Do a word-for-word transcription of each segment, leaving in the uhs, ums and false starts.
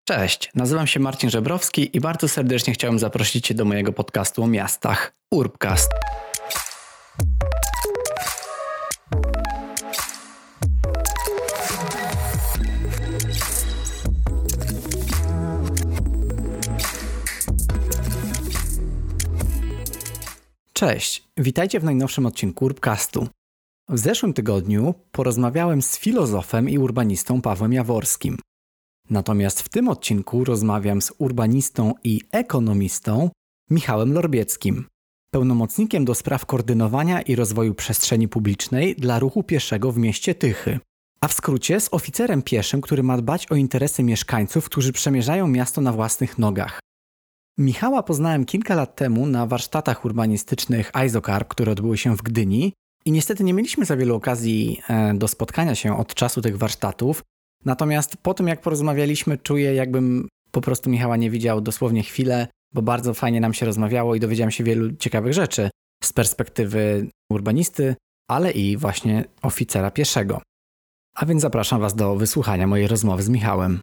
Cześć, nazywam się Marcin Żebrowski i bardzo serdecznie chciałem zaprosić Cię do mojego podcastu o miastach, Urbcast. Cześć, witajcie w najnowszym odcinku Urbcastu. W zeszłym tygodniu porozmawiałem z filozofem i urbanistą Pawłem Jaworskim. Natomiast w tym odcinku rozmawiam z urbanistą i ekonomistą Michałem Lorbieckim, pełnomocnikiem do spraw koordynowania i rozwoju przestrzeni publicznej dla ruchu pieszego w mieście Tychy. A w skrócie z oficerem pieszym, który ma dbać o interesy mieszkańców, którzy przemierzają miasto na własnych nogach. Michała poznałem kilka lat temu na warsztatach urbanistycznych Izocarp, które odbyły się w Gdyni i niestety nie mieliśmy za wielu okazji do spotkania się od czasu tych warsztatów. Natomiast po tym jak porozmawialiśmy, czuję, jakbym po prostu Michała nie widział dosłownie chwilę, bo bardzo fajnie nam się rozmawiało i dowiedziałem się wielu ciekawych rzeczy z perspektywy urbanisty, ale i właśnie oficera pieszego. A więc zapraszam Was do wysłuchania mojej rozmowy z Michałem.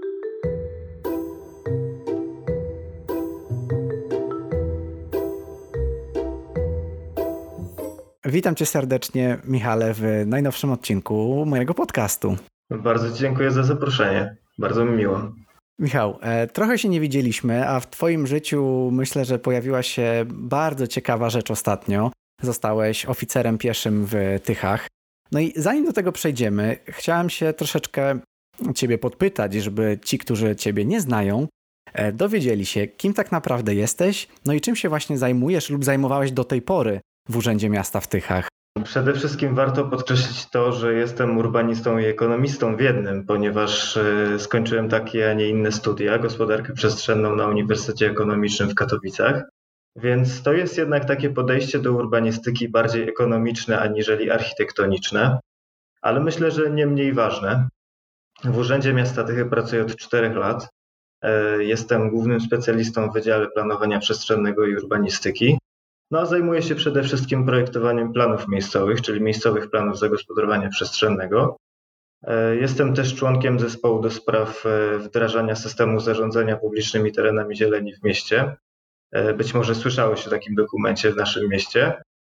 Witam Cię serdecznie, Michale, w najnowszym odcinku mojego podcastu. Bardzo Ci dziękuję za zaproszenie. Bardzo mi miło. Michał, e, trochę się nie widzieliśmy, a w Twoim życiu myślę, że pojawiła się bardzo ciekawa rzecz ostatnio. Zostałeś oficerem pieszym w Tychach. No i zanim do tego przejdziemy, chciałem się troszeczkę Ciebie podpytać, żeby ci, którzy Ciebie nie znają, e, dowiedzieli się, kim tak naprawdę jesteś, no i czym się właśnie zajmujesz lub zajmowałeś do tej pory w Urzędzie Miasta w Tychach. Przede wszystkim warto podkreślić to, że jestem urbanistą i ekonomistą w jednym, ponieważ skończyłem takie, a nie inne studia, gospodarkę przestrzenną na Uniwersytecie Ekonomicznym w Katowicach. Więc to jest jednak takie podejście do urbanistyki bardziej ekonomiczne aniżeli architektoniczne, ale myślę, że nie mniej ważne. W Urzędzie Miasta Tychy pracuję od czterech lat. Jestem głównym specjalistą w Wydziale Planowania Przestrzennego i Urbanistyki. No a zajmuję się przede wszystkim projektowaniem planów miejscowych, czyli miejscowych planów zagospodarowania przestrzennego. Jestem też członkiem zespołu do spraw wdrażania systemu zarządzania publicznymi terenami zieleni w mieście. Być może słyszałeś o takim dokumencie w naszym mieście.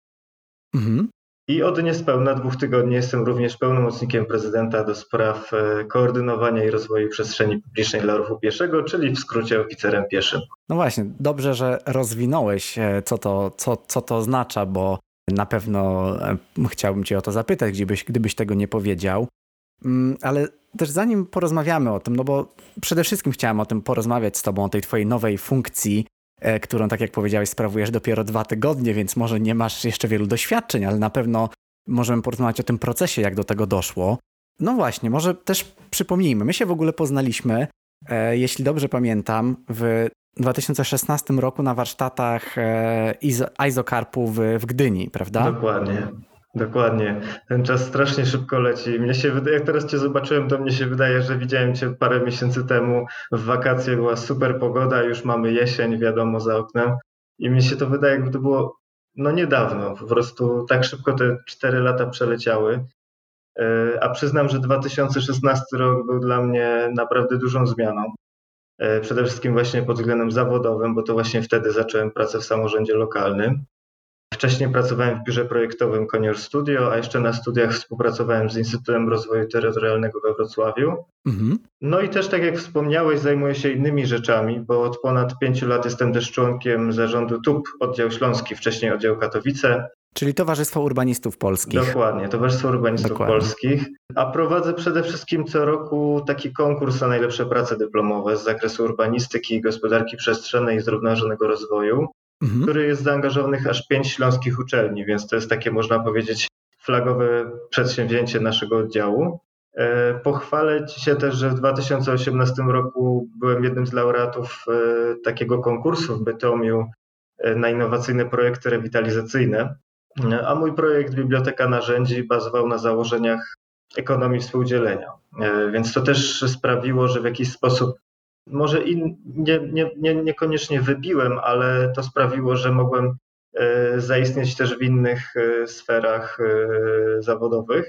Mhm. I od niespełna dwóch tygodni jestem również pełnomocnikiem prezydenta do spraw koordynowania i rozwoju przestrzeni publicznej dla ruchu pieszego, czyli w skrócie oficerem pieszym. No właśnie, dobrze, że rozwinąłeś, co to, co, co to oznacza, bo na pewno chciałbym Cię o to zapytać, gdybyś, gdybyś tego nie powiedział. Ale też zanim porozmawiamy o tym, no bo przede wszystkim chciałem o tym porozmawiać z Tobą, o tej Twojej nowej funkcji, którą, tak jak powiedziałeś, sprawujesz dopiero dwa tygodnie, więc może nie masz jeszcze wielu doświadczeń, ale na pewno możemy porozmawiać o tym procesie, jak do tego doszło. No właśnie, może też przypomnijmy, my się w ogóle poznaliśmy, e, jeśli dobrze pamiętam, w dwa tysiące szesnastym roku na warsztatach e, Izocarpu w, w Gdyni, prawda? Dokładnie. Dokładnie. Ten czas strasznie szybko leci. Mnie się wydaje, jak teraz Cię zobaczyłem, to mnie się wydaje, że widziałem Cię parę miesięcy temu. W wakacje była super pogoda, już mamy jesień, wiadomo, za oknem. I mi się to wydaje, jakby to było no niedawno. Po prostu tak szybko te cztery lata przeleciały. A przyznam, że dwa tysiące szesnasty rok był dla mnie naprawdę dużą zmianą. Przede wszystkim właśnie pod względem zawodowym, bo to właśnie wtedy zacząłem pracę w samorządzie lokalnym. Wcześniej pracowałem w biurze projektowym Konior Studio, a jeszcze na studiach współpracowałem z Instytutem Rozwoju Terytorialnego we Wrocławiu. Mhm. No i też, tak jak wspomniałeś, zajmuję się innymi rzeczami, bo od ponad pięciu lat jestem też członkiem zarządu T U P, oddział śląski, wcześniej oddział Katowice. Czyli Towarzystwo Urbanistów Polskich. Dokładnie, Towarzystwo Urbanistów Dokładnie. Polskich. A prowadzę przede wszystkim co roku taki konkurs na najlepsze prace dyplomowe z zakresu urbanistyki i gospodarki przestrzennej i zrównoważonego rozwoju. Mhm. Który jest zaangażowanych aż pięć śląskich uczelni, więc to jest takie, można powiedzieć, flagowe przedsięwzięcie naszego oddziału. Pochwalę Ci się też, że w dwa tysiące osiemnastym roku byłem jednym z laureatów takiego konkursu w Bytomiu na innowacyjne projekty rewitalizacyjne, a mój projekt Biblioteka Narzędzi bazował na założeniach ekonomii współdzielenia, więc to też sprawiło, że w jakiś sposób może in, nie, nie, nie, niekoniecznie wybiłem, ale to sprawiło, że mogłem e, zaistnieć też w innych e, sferach e, zawodowych.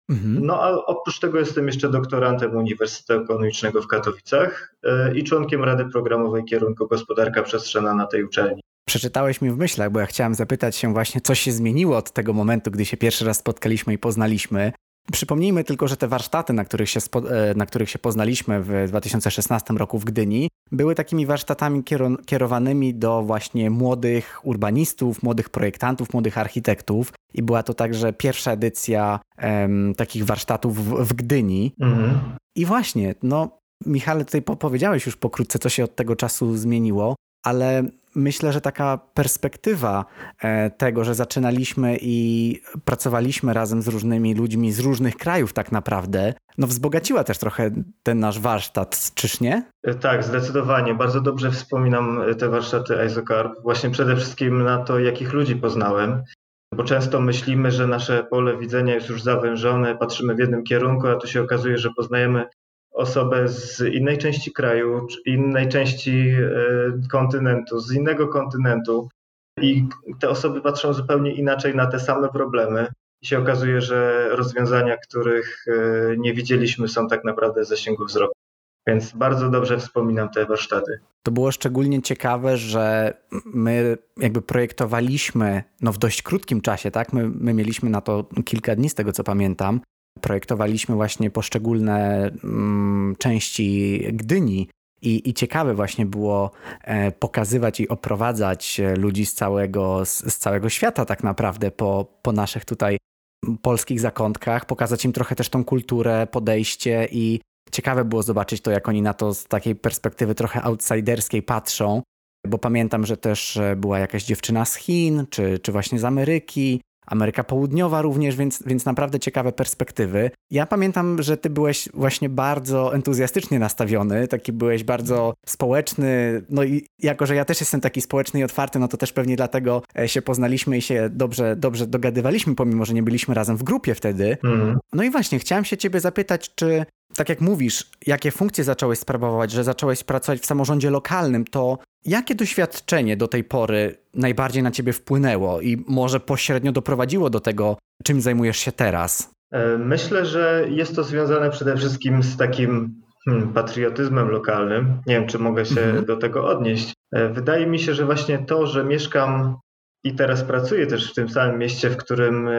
Mhm. No a oprócz tego jestem jeszcze doktorantem Uniwersytetu Ekonomicznego w Katowicach i członkiem Rady Programowej kierunku Gospodarka Przestrzenna na tej uczelni. Przeczytałeś mi w myślach, bo ja chciałem zapytać się właśnie, co się zmieniło od tego momentu, gdy się pierwszy raz spotkaliśmy i poznaliśmy. Przypomnijmy tylko, że te warsztaty, na których się, spo, na których się poznaliśmy w dwa tysiące szesnastym roku w Gdyni, były takimi warsztatami kierowanymi do właśnie młodych urbanistów, młodych projektantów, młodych architektów. I była to także pierwsza edycja em, takich warsztatów w, w Gdyni. Mhm. I właśnie, no Michale, tutaj powiedziałeś już pokrótce, co się od tego czasu zmieniło, ale myślę, że taka perspektywa tego, że zaczynaliśmy i pracowaliśmy razem z różnymi ludźmi z różnych krajów tak naprawdę, no wzbogaciła też trochę ten nasz warsztat, czyż nie? Tak, zdecydowanie. Bardzo dobrze wspominam te warsztaty Isocarp. Właśnie przede wszystkim na to, jakich ludzi poznałem, bo często myślimy, że nasze pole widzenia jest już zawężone, patrzymy w jednym kierunku, a tu się okazuje, że poznajemy osobę z innej części kraju, czy innej części kontynentu, z innego kontynentu i te osoby patrzą zupełnie inaczej na te same problemy i się okazuje, że rozwiązania, których nie widzieliśmy, są tak naprawdę w zasięgu wzroku. Więc bardzo dobrze wspominam te warsztaty. To było szczególnie ciekawe, że my jakby projektowaliśmy no w dość krótkim czasie, tak? My, my mieliśmy na to kilka dni z tego, co pamiętam. Projektowaliśmy właśnie poszczególne mm, części Gdyni i, i ciekawe właśnie było e, pokazywać i oprowadzać ludzi z całego, z, z całego świata tak naprawdę po, po naszych tutaj polskich zakątkach, pokazać im trochę też tą kulturę, podejście i ciekawe było zobaczyć to, jak oni na to z takiej perspektywy trochę outsiderskiej patrzą, bo pamiętam, że też była jakaś dziewczyna z Chin, czy, czy właśnie z Ameryki, Ameryka Południowa również, więc, więc naprawdę ciekawe perspektywy. Ja pamiętam, że ty byłeś właśnie bardzo entuzjastycznie nastawiony, taki byłeś bardzo społeczny, no i jako, że ja też jestem taki społeczny i otwarty, no to też pewnie dlatego się poznaliśmy i się dobrze, dobrze dogadywaliśmy, pomimo, że nie byliśmy razem w grupie wtedy. Mm. No i właśnie, chciałem się ciebie zapytać, czy tak jak mówisz, jakie funkcje zacząłeś sprawować, że zacząłeś pracować w samorządzie lokalnym, to jakie doświadczenie do tej pory najbardziej na ciebie wpłynęło i może pośrednio doprowadziło do tego, czym zajmujesz się teraz? Myślę, że jest to związane przede wszystkim z takim hmm, patriotyzmem lokalnym. Nie wiem, czy mogę się mhm. do tego odnieść. Wydaje mi się, że właśnie to, że mieszkam i teraz pracuję też w tym samym mieście, w którym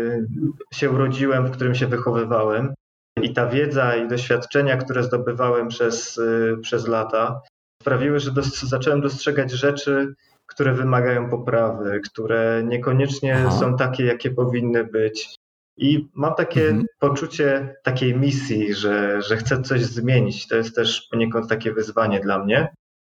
się urodziłem, w którym się wychowywałem, i ta wiedza i doświadczenia, które zdobywałem przez, przez lata, sprawiły, że dos- zacząłem dostrzegać rzeczy, które wymagają poprawy, które niekoniecznie Aha. są takie, jakie powinny być. I mam takie mhm. poczucie takiej misji, że, że chcę coś zmienić. To jest też poniekąd takie wyzwanie dla mnie.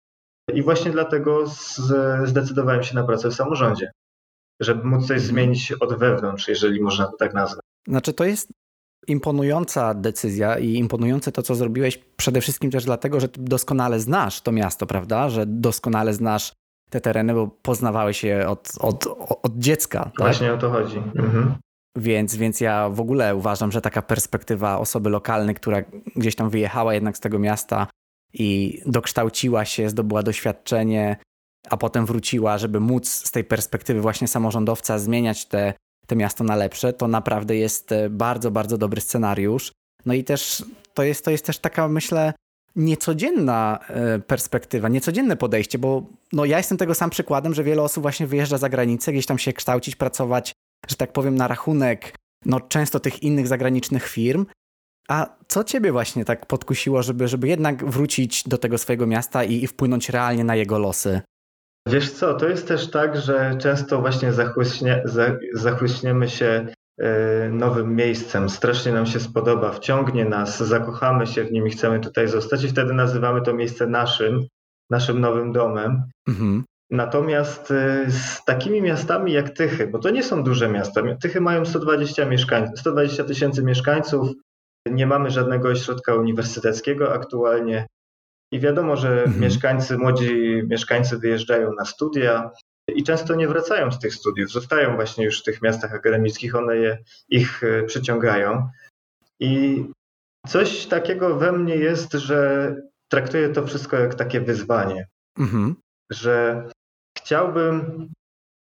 I właśnie dlatego z, zdecydowałem się na pracę w samorządzie, żeby móc coś mhm. zmienić od wewnątrz, jeżeli można to tak nazwać. Znaczy to jest imponująca decyzja i imponujące to, co zrobiłeś przede wszystkim też dlatego, że doskonale znasz to miasto, prawda? Że doskonale znasz te tereny, bo poznawałeś je od, od, od dziecka. Tak? Właśnie o to chodzi. Mhm. Więc, więc ja w ogóle uważam, że taka perspektywa osoby lokalnej, która gdzieś tam wyjechała jednak z tego miasta i dokształciła się, zdobyła doświadczenie, a potem wróciła, żeby móc z tej perspektywy właśnie samorządowca zmieniać te to miasto na lepsze, to naprawdę jest bardzo, bardzo dobry scenariusz. No i też to jest, to jest też taka, myślę, niecodzienna perspektywa, niecodzienne podejście, bo no ja jestem tego sam przykładem, że wiele osób właśnie wyjeżdża za granicę, gdzieś tam się kształcić, pracować, że tak powiem, na rachunek no często tych innych zagranicznych firm. A co ciebie właśnie tak podkusiło, żeby, żeby jednak wrócić do tego swojego miasta i, i wpłynąć realnie na jego losy? Wiesz co, to jest też tak, że często właśnie zachłyśnie, zachłyśniemy się nowym miejscem, strasznie nam się spodoba, wciągnie nas, zakochamy się w nim i chcemy tutaj zostać i wtedy nazywamy to miejsce naszym, naszym nowym domem. Mhm. Natomiast z takimi miastami jak Tychy, bo to nie są duże miasta, Tychy mają sto dwadzieścia mieszkańców, sto dwadzieścia tysięcy mieszkańców, nie mamy żadnego ośrodka uniwersyteckiego aktualnie. I wiadomo, że mhm. mieszkańcy, młodzi mieszkańcy wyjeżdżają na studia i często nie wracają z tych studiów. Zostają właśnie już w tych miastach akademickich, one je, ich przyciągają. I coś takiego we mnie jest, że traktuję to wszystko jak takie wyzwanie. Mhm. Że chciałbym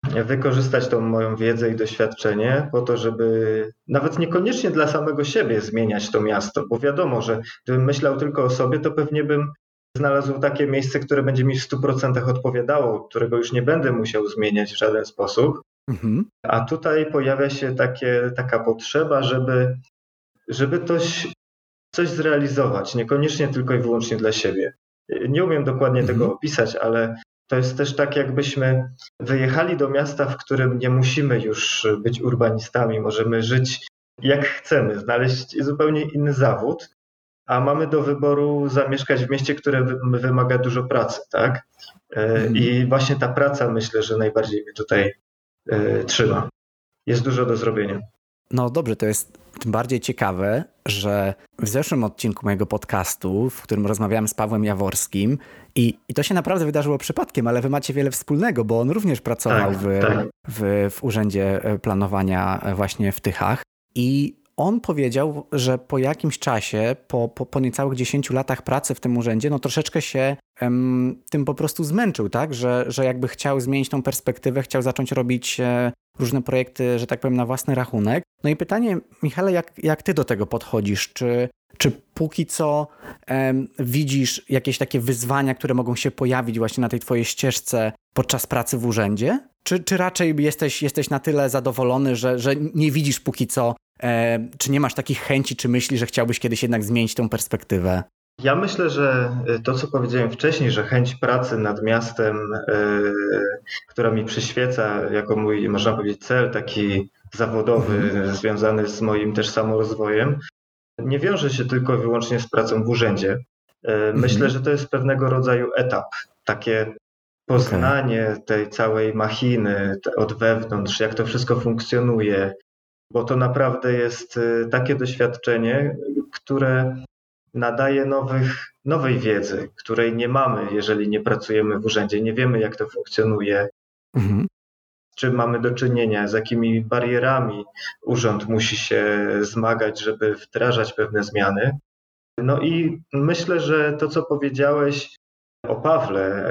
wykorzystać tą moją wiedzę i doświadczenie po to, żeby nawet niekoniecznie dla samego siebie zmieniać to miasto, bo wiadomo, że gdybym myślał tylko o sobie, to pewnie bym znalazł takie miejsce, które będzie mi w stu procentach odpowiadało, którego już nie będę musiał zmieniać w żaden sposób. Mhm. A tutaj pojawia się takie, taka potrzeba, żeby, żeby coś, coś zrealizować, niekoniecznie tylko i wyłącznie dla siebie. Nie umiem dokładnie mhm. tego opisać, ale to jest też tak, jakbyśmy wyjechali do miasta, w którym nie musimy już być urbanistami, możemy żyć jak chcemy, znaleźć zupełnie inny zawód, a mamy do wyboru zamieszkać w mieście, które wymaga dużo pracy, tak? Mhm. I właśnie ta praca, myślę, że najbardziej mnie tutaj y, trzyma. Jest dużo do zrobienia. No dobrze, to jest tym bardziej ciekawe, że w zeszłym odcinku mojego podcastu, w którym rozmawiałem z Pawłem Jaworskim i, i to się naprawdę wydarzyło przypadkiem, ale wy macie wiele wspólnego, bo on również pracował tak, w, tak. W, w Urzędzie Planowania właśnie w Tychach i on powiedział, że po jakimś czasie, po, po, po niecałych dziesięciu latach pracy w tym urzędzie, no troszeczkę się em, tym po prostu zmęczył, tak? Że, że jakby chciał zmienić tą perspektywę, chciał zacząć robić e, różne projekty, że tak powiem, na własny rachunek. No i pytanie, Michale, jak, jak ty do tego podchodzisz? Czy, czy póki co em, widzisz jakieś takie wyzwania, które mogą się pojawić właśnie na tej twojej ścieżce podczas pracy w urzędzie? Czy, czy raczej jesteś, jesteś na tyle zadowolony, że, że nie widzisz póki co, e, czy nie masz takich chęci, czy myśli, że chciałbyś kiedyś jednak zmienić tą perspektywę? Ja myślę, że to, co powiedziałem wcześniej, że chęć pracy nad miastem, yy, która mi przyświeca jako mój, można powiedzieć, cel taki zawodowy, mm. związany z moim też samorozwojem, nie wiąże się tylko i wyłącznie z pracą w urzędzie. Yy, mm. Myślę, że to jest pewnego rodzaju etap, takie poznanie okay. tej całej machiny od wewnątrz, jak to wszystko funkcjonuje, bo to naprawdę jest takie doświadczenie, które nadaje nowych, nowej wiedzy, której nie mamy, jeżeli nie pracujemy w urzędzie. Nie wiemy, jak to funkcjonuje, mhm. z czym mamy do czynienia, z jakimi barierami urząd musi się zmagać, żeby wdrażać pewne zmiany. No i myślę, że to, co powiedziałeś o Pawle,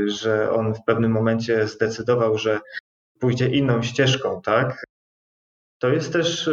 że on w pewnym momencie zdecydował, że pójdzie inną ścieżką, tak? To jest też,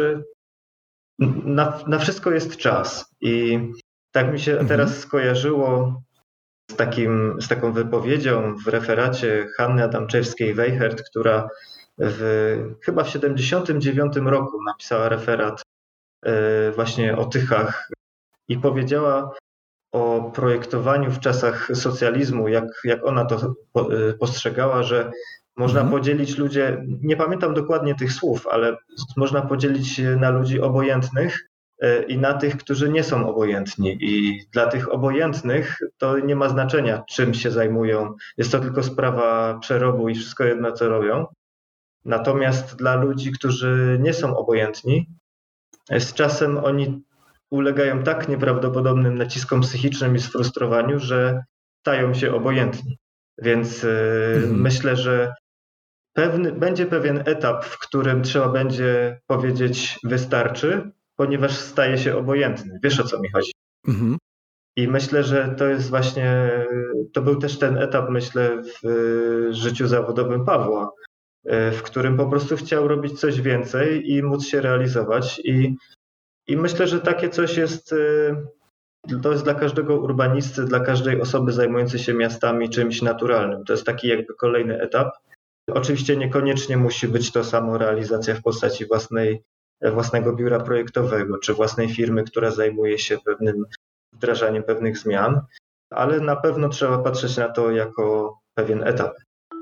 na, na wszystko jest czas i tak mi się mhm. teraz skojarzyło z, takim, z taką wypowiedzią w referacie Hanny Adamczewskiej-Weichert, która w, chyba w siedemdziesiątym dziewiątym roku napisała referat właśnie o Tychach i powiedziała o projektowaniu w czasach socjalizmu, jak, jak ona to postrzegała, że można mhm. podzielić ludzie, nie pamiętam dokładnie tych słów, ale można podzielić na ludzi obojętnych i na tych, którzy nie są obojętni. I dla tych obojętnych to nie ma znaczenia, czym się zajmują. Jest to tylko sprawa przerobu i wszystko jedno, co robią. Natomiast dla ludzi, którzy nie są obojętni, z czasem oni ulegają tak nieprawdopodobnym naciskom psychicznym i sfrustrowaniu, że stają się obojętni. Więc mhm. myślę, że pewny, będzie pewien etap, w którym trzeba będzie powiedzieć wystarczy, ponieważ staje się obojętny. Wiesz, o co mi chodzi. Mhm. I myślę, że to jest właśnie, to był też ten etap, myślę, w życiu zawodowym Pawła, w którym po prostu chciał robić coś więcej i móc się realizować. I, i myślę, że takie coś jest, to jest dla każdego urbanisty, dla każdej osoby zajmującej się miastami czymś naturalnym. To jest taki jakby kolejny etap. Oczywiście niekoniecznie musi być to samorealizacja w postaci własnej własnego biura projektowego, czy własnej firmy, która zajmuje się pewnym wdrażaniem pewnych zmian, ale na pewno trzeba patrzeć na to jako pewien etap.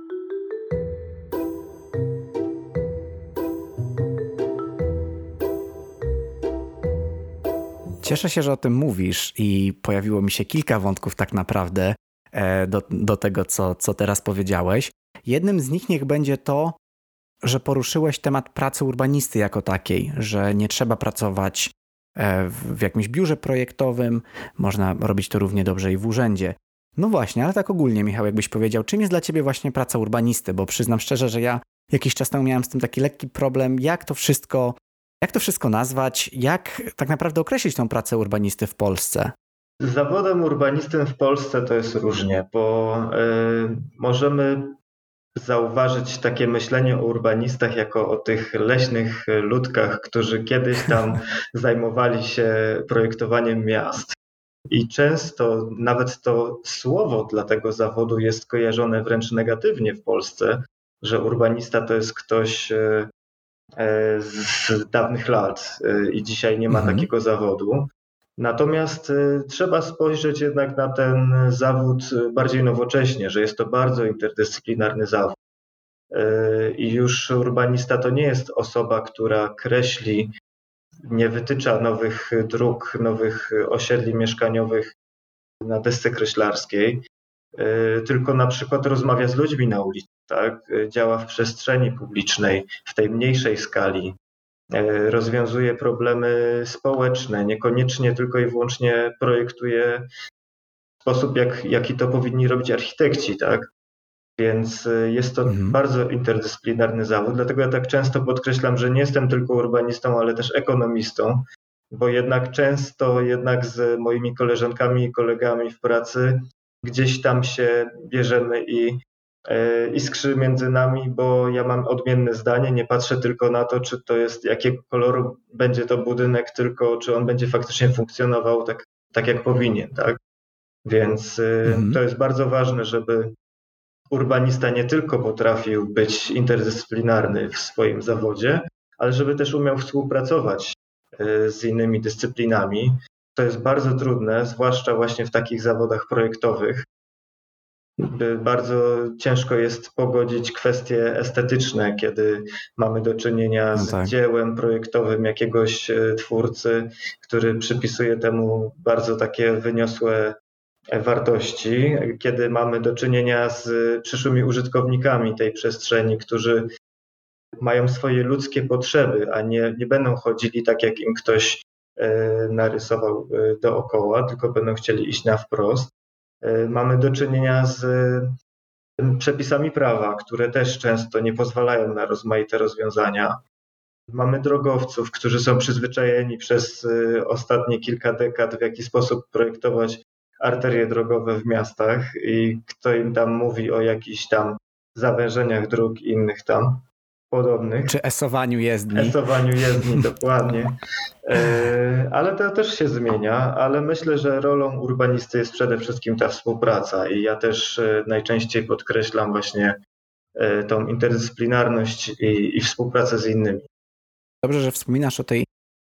Cieszę się, że o tym mówisz i pojawiło mi się kilka wątków tak naprawdę do, do tego, co, co teraz powiedziałeś. Jednym z nich niech będzie to, że poruszyłeś temat pracy urbanisty jako takiej, że nie trzeba pracować w jakimś biurze projektowym, można robić to równie dobrze i w urzędzie. No właśnie, ale tak ogólnie, Michał, jakbyś powiedział, czym jest dla ciebie właśnie praca urbanisty? Bo przyznam szczerze, że ja jakiś czas temu miałem z tym taki lekki problem, jak to wszystko, jak to wszystko nazwać, jak tak naprawdę określić tą pracę urbanisty w Polsce? Z zawodem urbanistą w Polsce to jest różnie, bo yy, możemy zauważyć takie myślenie o urbanistach jako o tych leśnych ludkach, którzy kiedyś tam zajmowali się projektowaniem miast. I często nawet to słowo dla tego zawodu jest kojarzone wręcz negatywnie w Polsce, że urbanista to jest ktoś z dawnych lat i dzisiaj nie ma mhm. takiego zawodu. Natomiast trzeba spojrzeć jednak na ten zawód bardziej nowocześnie, że jest to bardzo interdyscyplinarny zawód. I już urbanista to nie jest osoba, która kreśli, nie wytycza nowych dróg, nowych osiedli mieszkaniowych na desce kreślarskiej, tylko na przykład rozmawia z ludźmi na ulicy, tak? Działa w przestrzeni publicznej w tej mniejszej skali, rozwiązuje problemy społeczne, niekoniecznie tylko i wyłącznie projektuje w sposób, jak, jaki to powinni robić architekci, tak? Więc jest to mhm. bardzo interdyscyplinarny zawód, dlatego ja tak często podkreślam, że nie jestem tylko urbanistą, ale też ekonomistą, bo jednak często jednak z moimi koleżankami i kolegami w pracy gdzieś tam się bierzemy i iskrzy między nami, bo ja mam odmienne zdanie, nie patrzę tylko na to, czy to jest, jakiego koloru będzie to budynek, tylko czy on będzie faktycznie funkcjonował tak, tak jak powinien, tak? Więc mhm. to jest bardzo ważne, żeby urbanista nie tylko potrafił być interdyscyplinarny w swoim zawodzie, ale żeby też umiał współpracować z innymi dyscyplinami. To jest bardzo trudne, zwłaszcza właśnie w takich zawodach projektowych. Bardzo ciężko jest pogodzić kwestie estetyczne, kiedy mamy do czynienia z no tak. dziełem projektowym jakiegoś twórcy, który przypisuje temu bardzo takie wyniosłe wartości, kiedy mamy do czynienia z przyszłymi użytkownikami tej przestrzeni, którzy mają swoje ludzkie potrzeby, a nie, nie będą chodzili tak, jak im ktoś narysował dookoła, tylko będą chcieli iść na wprost. Mamy do czynienia z przepisami prawa, które też często nie pozwalają na rozmaite rozwiązania. Mamy drogowców, którzy są przyzwyczajeni przez ostatnie kilka dekad, w jaki sposób projektować arterie drogowe w miastach i kto im tam mówi o jakichś tam zawężeniach dróg i innych tam podobnych. Czy esowaniu jezdni. Esowaniu jezdni, dokładnie. Ale to też się zmienia, ale myślę, że rolą urbanisty jest przede wszystkim ta współpraca i ja też najczęściej podkreślam właśnie tą interdyscyplinarność i, i współpracę z innymi. Dobrze, że wspominasz o tej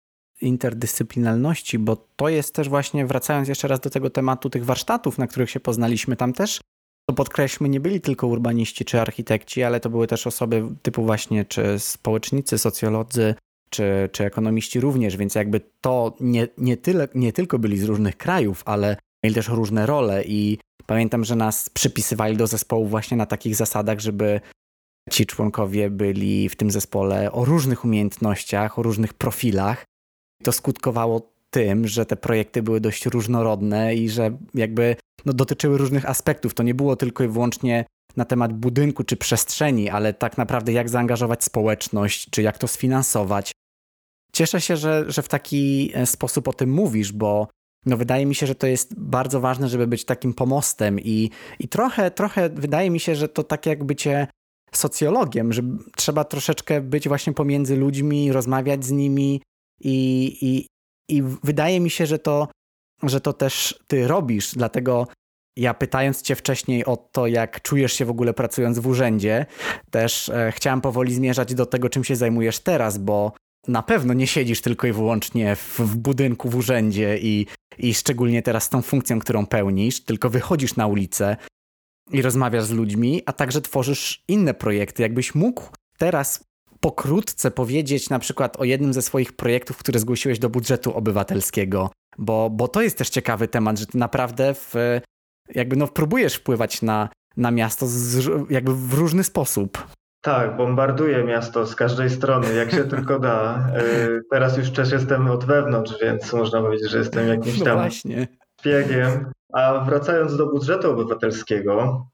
interdyscyplinarności, bo to jest też właśnie, wracając jeszcze raz do tego tematu tych warsztatów, na których się poznaliśmy, tam też, to podkreślmy, nie byli tylko urbaniści czy architekci, ale to były też osoby typu właśnie czy społecznicy, socjolodzy, czy, czy ekonomiści również, więc jakby to nie, nie, tyle, nie tylko byli z różnych krajów, ale mieli też różne role i pamiętam, że nas przypisywali do zespołu właśnie na takich zasadach, żeby ci członkowie byli w tym zespole o różnych umiejętnościach, o różnych profilach. To skutkowało tym, że te projekty były dość różnorodne i że jakby no, dotyczyły różnych aspektów. To nie było tylko i wyłącznie na temat budynku czy przestrzeni, ale tak naprawdę jak zaangażować społeczność, czy jak to sfinansować. Cieszę się, że, że w taki sposób o tym mówisz, bo no, wydaje mi się, że to jest bardzo ważne, żeby być takim pomostem i, i trochę, trochę wydaje mi się, że to tak jak bycie socjologiem, że trzeba troszeczkę być właśnie pomiędzy ludźmi, rozmawiać z nimi i, i, i wydaje mi się, że to, że to też ty robisz, dlatego ja pytając cię wcześniej o to, jak czujesz się w ogóle pracując w urzędzie, też e, chciałam powoli zmierzać do tego, czym się zajmujesz teraz, bo na pewno nie siedzisz tylko i wyłącznie w, w budynku w urzędzie i, i szczególnie teraz z tą funkcją, którą pełnisz, tylko wychodzisz na ulicę i rozmawiasz z ludźmi, a także tworzysz inne projekty. Jakbyś mógł teraz pokrótce powiedzieć na przykład o jednym ze swoich projektów, które zgłosiłeś do budżetu obywatelskiego, bo, bo to jest też ciekawy temat, że ty naprawdę w, jakby no próbujesz wpływać na, na miasto z, jakby w różny sposób. Tak, bombarduję miasto z każdej strony, jak się tylko da. Teraz już też jestem od wewnątrz, więc można powiedzieć, że jestem jakimś tam no szpiegiem. A wracając do budżetu obywatelskiego,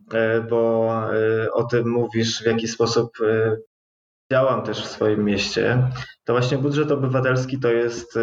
bo o tym mówisz, w jaki sposób działam też w swoim mieście, to właśnie budżet obywatelski to jest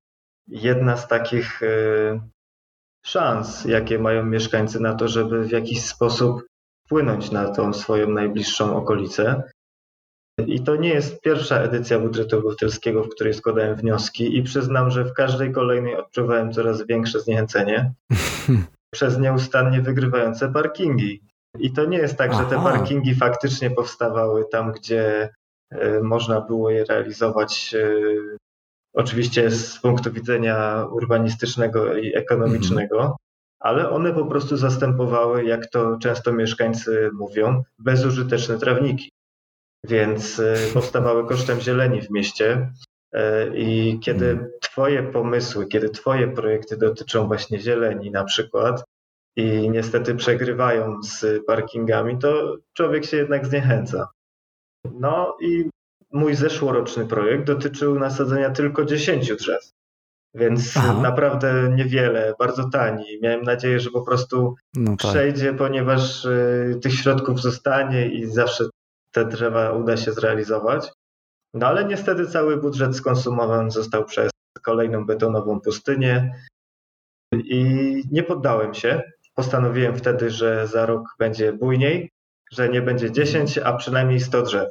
jedna z takich szans, jakie mają mieszkańcy na to, żeby w jakiś sposób wpłynąć na tą swoją najbliższą okolicę. I to nie jest pierwsza edycja budżetu obywatelskiego, w której składałem wnioski i przyznam, że w każdej kolejnej odczuwałem coraz większe zniechęcenie przez nieustannie wygrywające parkingi. I to nie jest tak, Aha. że te parkingi faktycznie powstawały tam, gdzie y, można było je realizować y, oczywiście z punktu widzenia urbanistycznego i ekonomicznego, mhm. ale one po prostu zastępowały, jak to często mieszkańcy mówią, bezużyteczne trawniki. Więc powstawały kosztem zieleni w mieście i kiedy twoje pomysły, kiedy twoje projekty dotyczą właśnie zieleni na przykład i niestety przegrywają z parkingami, to człowiek się jednak zniechęca. No i mój zeszłoroczny projekt dotyczył nasadzenia tylko dziesięciu drzew, więc Aha. naprawdę niewiele, bardzo tani. Miałem nadzieję, że po prostu no tak. przejdzie, ponieważ y, tych środków zostanie i zawsze te drzewa uda się zrealizować. No ale niestety cały budżet skonsumowany został przez kolejną betonową pustynię i nie poddałem się. Postanowiłem wtedy, że za rok będzie bujniej, że nie będzie dziesięć, a przynajmniej sto drzew.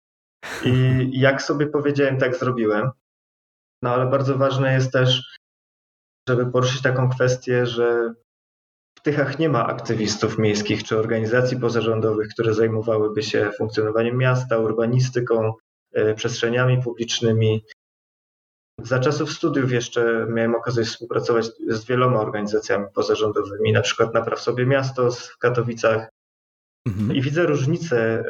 I jak sobie powiedziałem, tak zrobiłem. No ale bardzo ważne jest też, żeby poruszyć taką kwestię, że w Tychach nie ma aktywistów miejskich czy organizacji pozarządowych, które zajmowałyby się funkcjonowaniem miasta, urbanistyką, przestrzeniami publicznymi. Za czasów studiów jeszcze miałem okazję współpracować z wieloma organizacjami pozarządowymi, na przykład Napraw sobie miasto w Katowicach. Mhm. I widzę różnicę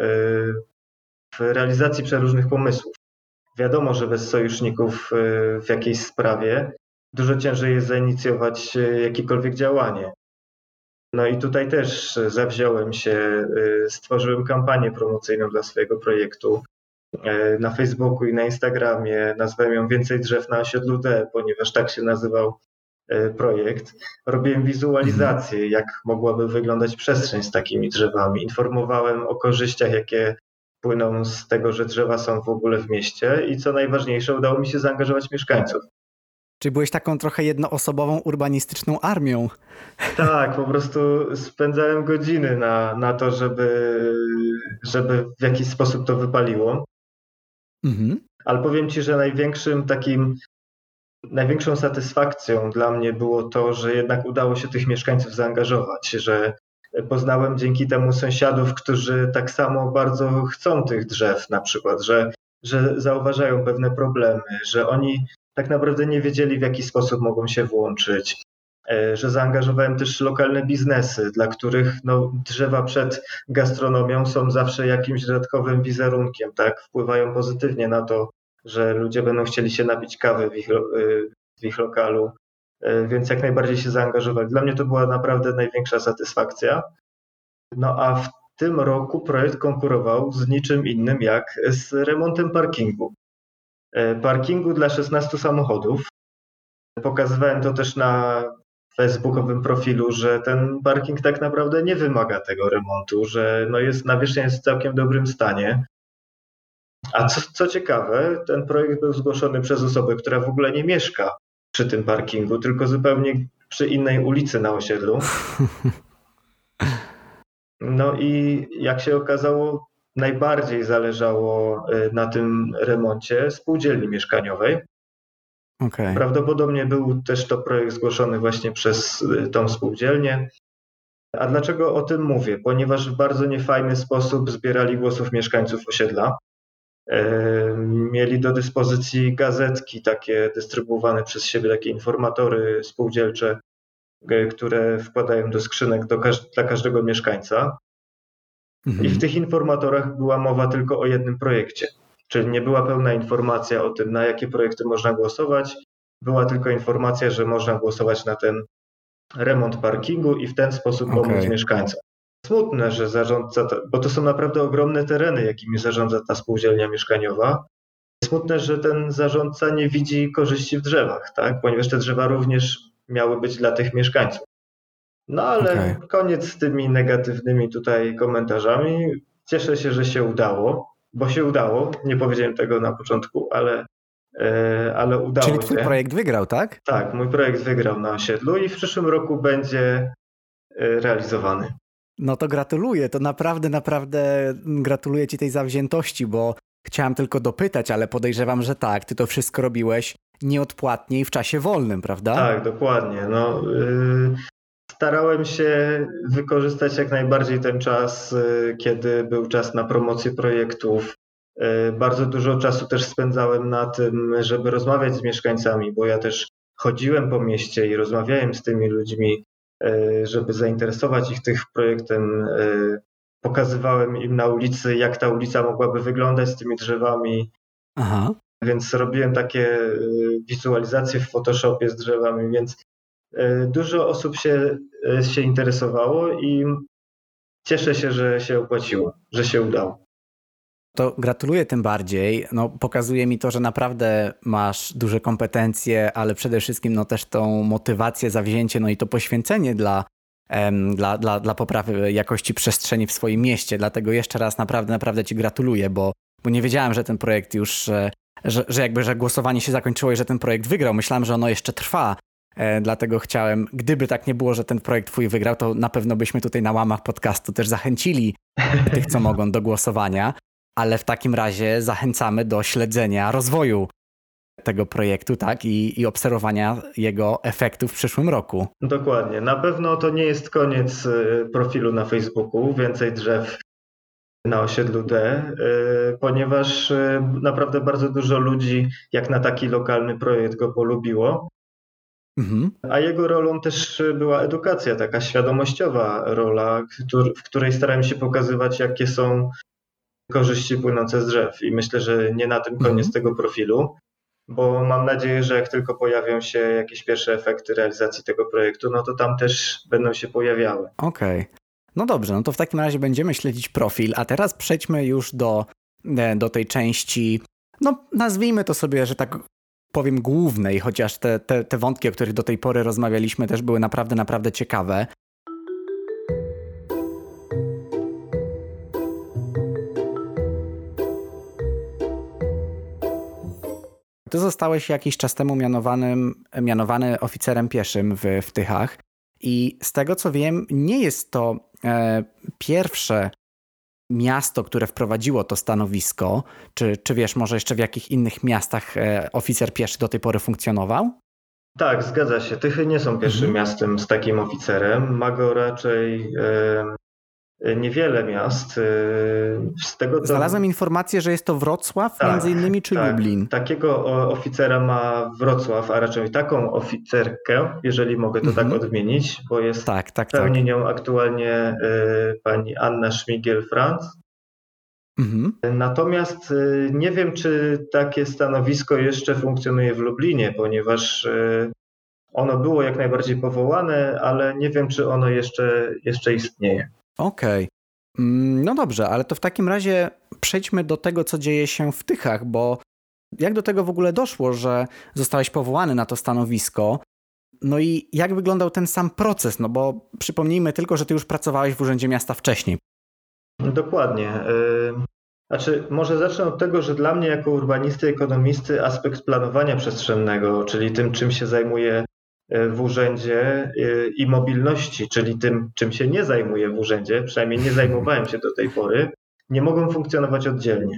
w realizacji przeróżnych pomysłów. Wiadomo, że bez sojuszników w jakiejś sprawie dużo ciężej jest zainicjować jakiekolwiek działanie. No i tutaj też zawziąłem się, stworzyłem kampanię promocyjną dla swojego projektu. Na Facebooku i na Instagramie nazwałem ją Więcej drzew na osiedlu D, ponieważ tak się nazywał projekt. Robiłem wizualizację, jak mogłaby wyglądać przestrzeń z takimi drzewami. Informowałem o korzyściach, jakie płyną z tego, że drzewa są w ogóle w mieście i co najważniejsze, udało mi się zaangażować mieszkańców. Czy byłeś taką trochę jednoosobową urbanistyczną armią? Tak, po prostu spędzałem godziny na, na to, żeby, żeby w jakiś sposób to wypaliło. Mhm. Ale powiem ci, że największym takim, największą satysfakcją dla mnie było to, że jednak udało się tych mieszkańców zaangażować, że poznałem dzięki temu sąsiadów, którzy tak samo bardzo chcą tych drzew na przykład, że, że zauważają pewne problemy, że oni tak naprawdę nie wiedzieli, w jaki sposób mogą się włączyć, że zaangażowałem też lokalne biznesy, dla których no, drzewa przed gastronomią są zawsze jakimś dodatkowym wizerunkiem, tak? Wpływają pozytywnie na to, że ludzie będą chcieli się napić kawy w ich, w ich lokalu, więc jak najbardziej się zaangażowali. Dla mnie to była naprawdę największa satysfakcja. No a w tym roku projekt konkurował z niczym innym jak z remontem parkingu. Parkingu dla szesnastu samochodów. Pokazywałem to też na facebookowym profilu, że ten parking tak naprawdę nie wymaga tego remontu, że no jest, nawierzchnia jest w całkiem dobrym stanie. A co, co ciekawe, ten projekt był zgłoszony przez osobę, która w ogóle nie mieszka przy tym parkingu, tylko zupełnie przy innej ulicy na osiedlu. No i jak się okazało, najbardziej zależało na tym remoncie spółdzielni mieszkaniowej. Okay. Prawdopodobnie był też to projekt zgłoszony właśnie przez tą spółdzielnię. A dlaczego o tym mówię? Ponieważ w bardzo niefajny sposób zbierali głosów mieszkańców osiedla. Mieli do dyspozycji gazetki takie dystrybuowane przez siebie, takie informatory spółdzielcze, które wkładają do skrzynek do każ- dla każdego mieszkańca. Mhm. I w tych informatorach była mowa tylko o jednym projekcie. Czyli nie była pełna informacja o tym, na jakie projekty można głosować. Była tylko informacja, że można głosować na ten remont parkingu i w ten sposób pomóc okay. mieszkańcom. Smutne, że zarządca, bo to są naprawdę ogromne tereny, jakimi zarządza ta spółdzielnia mieszkaniowa. Smutne, że ten zarządca nie widzi korzyści w drzewach, tak? Ponieważ te drzewa również miały być dla tych mieszkańców. No ale okay. koniec z tymi negatywnymi tutaj komentarzami. Cieszę się, że się udało, bo się udało. Nie powiedziałem tego na początku, ale, ale udało się. Czyli twój projekt wygrał, tak? Tak, mój projekt wygrał na osiedlu i w przyszłym roku będzie realizowany. No to gratuluję, to naprawdę, naprawdę gratuluję ci tej zawziętości, bo chciałem tylko dopytać, ale podejrzewam, że tak, ty to wszystko robiłeś nieodpłatnie i w czasie wolnym, prawda? Tak, dokładnie. No, yy, starałem się wykorzystać jak najbardziej ten czas, yy, kiedy był czas na promocję projektów. Yy, bardzo dużo czasu też spędzałem na tym, żeby rozmawiać z mieszkańcami, bo ja też chodziłem po mieście i rozmawiałem z tymi ludźmi, yy, żeby zainteresować ich tym projektem. Yy, pokazywałem im na ulicy, jak ta ulica mogłaby wyglądać z tymi drzewami. Aha. Więc robiłem takie wizualizacje w Photoshopie z drzewami, więc dużo osób się, się interesowało i cieszę się, że się opłaciło, że się udało. To gratuluję tym bardziej. No, pokazuje mi to, że naprawdę masz duże kompetencje, ale przede wszystkim no, też tą motywację, zawzięcie, no i to poświęcenie dla, em, dla, dla, dla poprawy jakości przestrzeni w swoim mieście. Dlatego jeszcze raz naprawdę, naprawdę ci gratuluję, bo, bo nie wiedziałem, że ten projekt już... Że, że jakby, że głosowanie się zakończyło i że ten projekt wygrał. Myślałem, że ono jeszcze trwa, e, dlatego chciałem, gdyby tak nie było, że ten projekt twój wygrał, to na pewno byśmy tutaj na łamach podcastu też zachęcili tych, co mogą, do głosowania, ale w takim razie zachęcamy do śledzenia rozwoju tego projektu, tak, i, i obserwowania jego efektów w przyszłym roku. Dokładnie. Na pewno to nie jest koniec profilu na Facebooku, więcej drzew na osiedlu D, ponieważ naprawdę bardzo dużo ludzi, jak na taki lokalny projekt, go polubiło. Mhm. A jego rolą też była edukacja, taka świadomościowa rola, w której starałem się pokazywać, jakie są korzyści płynące z drzew. I myślę, że nie na tym koniec mhm. tego profilu, bo mam nadzieję, że jak tylko pojawią się jakieś pierwsze efekty realizacji tego projektu, no to tam też będą się pojawiały. Okej. Okay. No dobrze, no to w takim razie będziemy śledzić profil, a teraz przejdźmy już do, do tej części, no nazwijmy to sobie, że tak powiem, głównej, chociaż te, te, te wątki, o których do tej pory rozmawialiśmy, też były naprawdę, naprawdę ciekawe. Ty zostałeś jakiś czas temu mianowanym, mianowany oficerem pieszym w, w Tychach. I z tego co wiem, nie jest to e, pierwsze miasto, które wprowadziło to stanowisko. Czy, czy wiesz, może jeszcze w jakich innych miastach e, oficer pieszy do tej pory funkcjonował? Tak, zgadza się. Tychy nie są pierwszym mhm. miastem z takim oficerem. Ma go raczej e, niewiele miast. Z tego, co... Znalazłem informację, że jest to Wrocław tak, między innymi, czy tak. Lublin. Takiego oficera ma Wrocław, a raczej taką oficerkę, jeżeli mogę to mhm. tak odmienić, bo jest tak, tak, pełni tak. nią aktualnie y, pani Anna Szmigiel-Franz. Mhm. Natomiast y, nie wiem, czy takie stanowisko jeszcze funkcjonuje w Lublinie, ponieważ y, ono było jak najbardziej powołane, ale nie wiem, czy ono jeszcze, jeszcze istnieje. Okej. Okay. No dobrze, ale to w takim razie przejdźmy do tego, co dzieje się w Tychach, bo jak do tego w ogóle doszło, że zostałeś powołany na to stanowisko? No i jak wyglądał ten sam proces? No bo przypomnijmy tylko, że ty już pracowałeś w Urzędzie Miasta wcześniej. Dokładnie. Znaczy, może zacznę od tego, że dla mnie jako urbanisty, ekonomisty aspekt planowania przestrzennego, czyli tym, czym się zajmuję w urzędzie, i mobilności, czyli tym, czym się nie zajmuję w urzędzie, przynajmniej nie zajmowałem się do tej pory, nie mogą funkcjonować oddzielnie.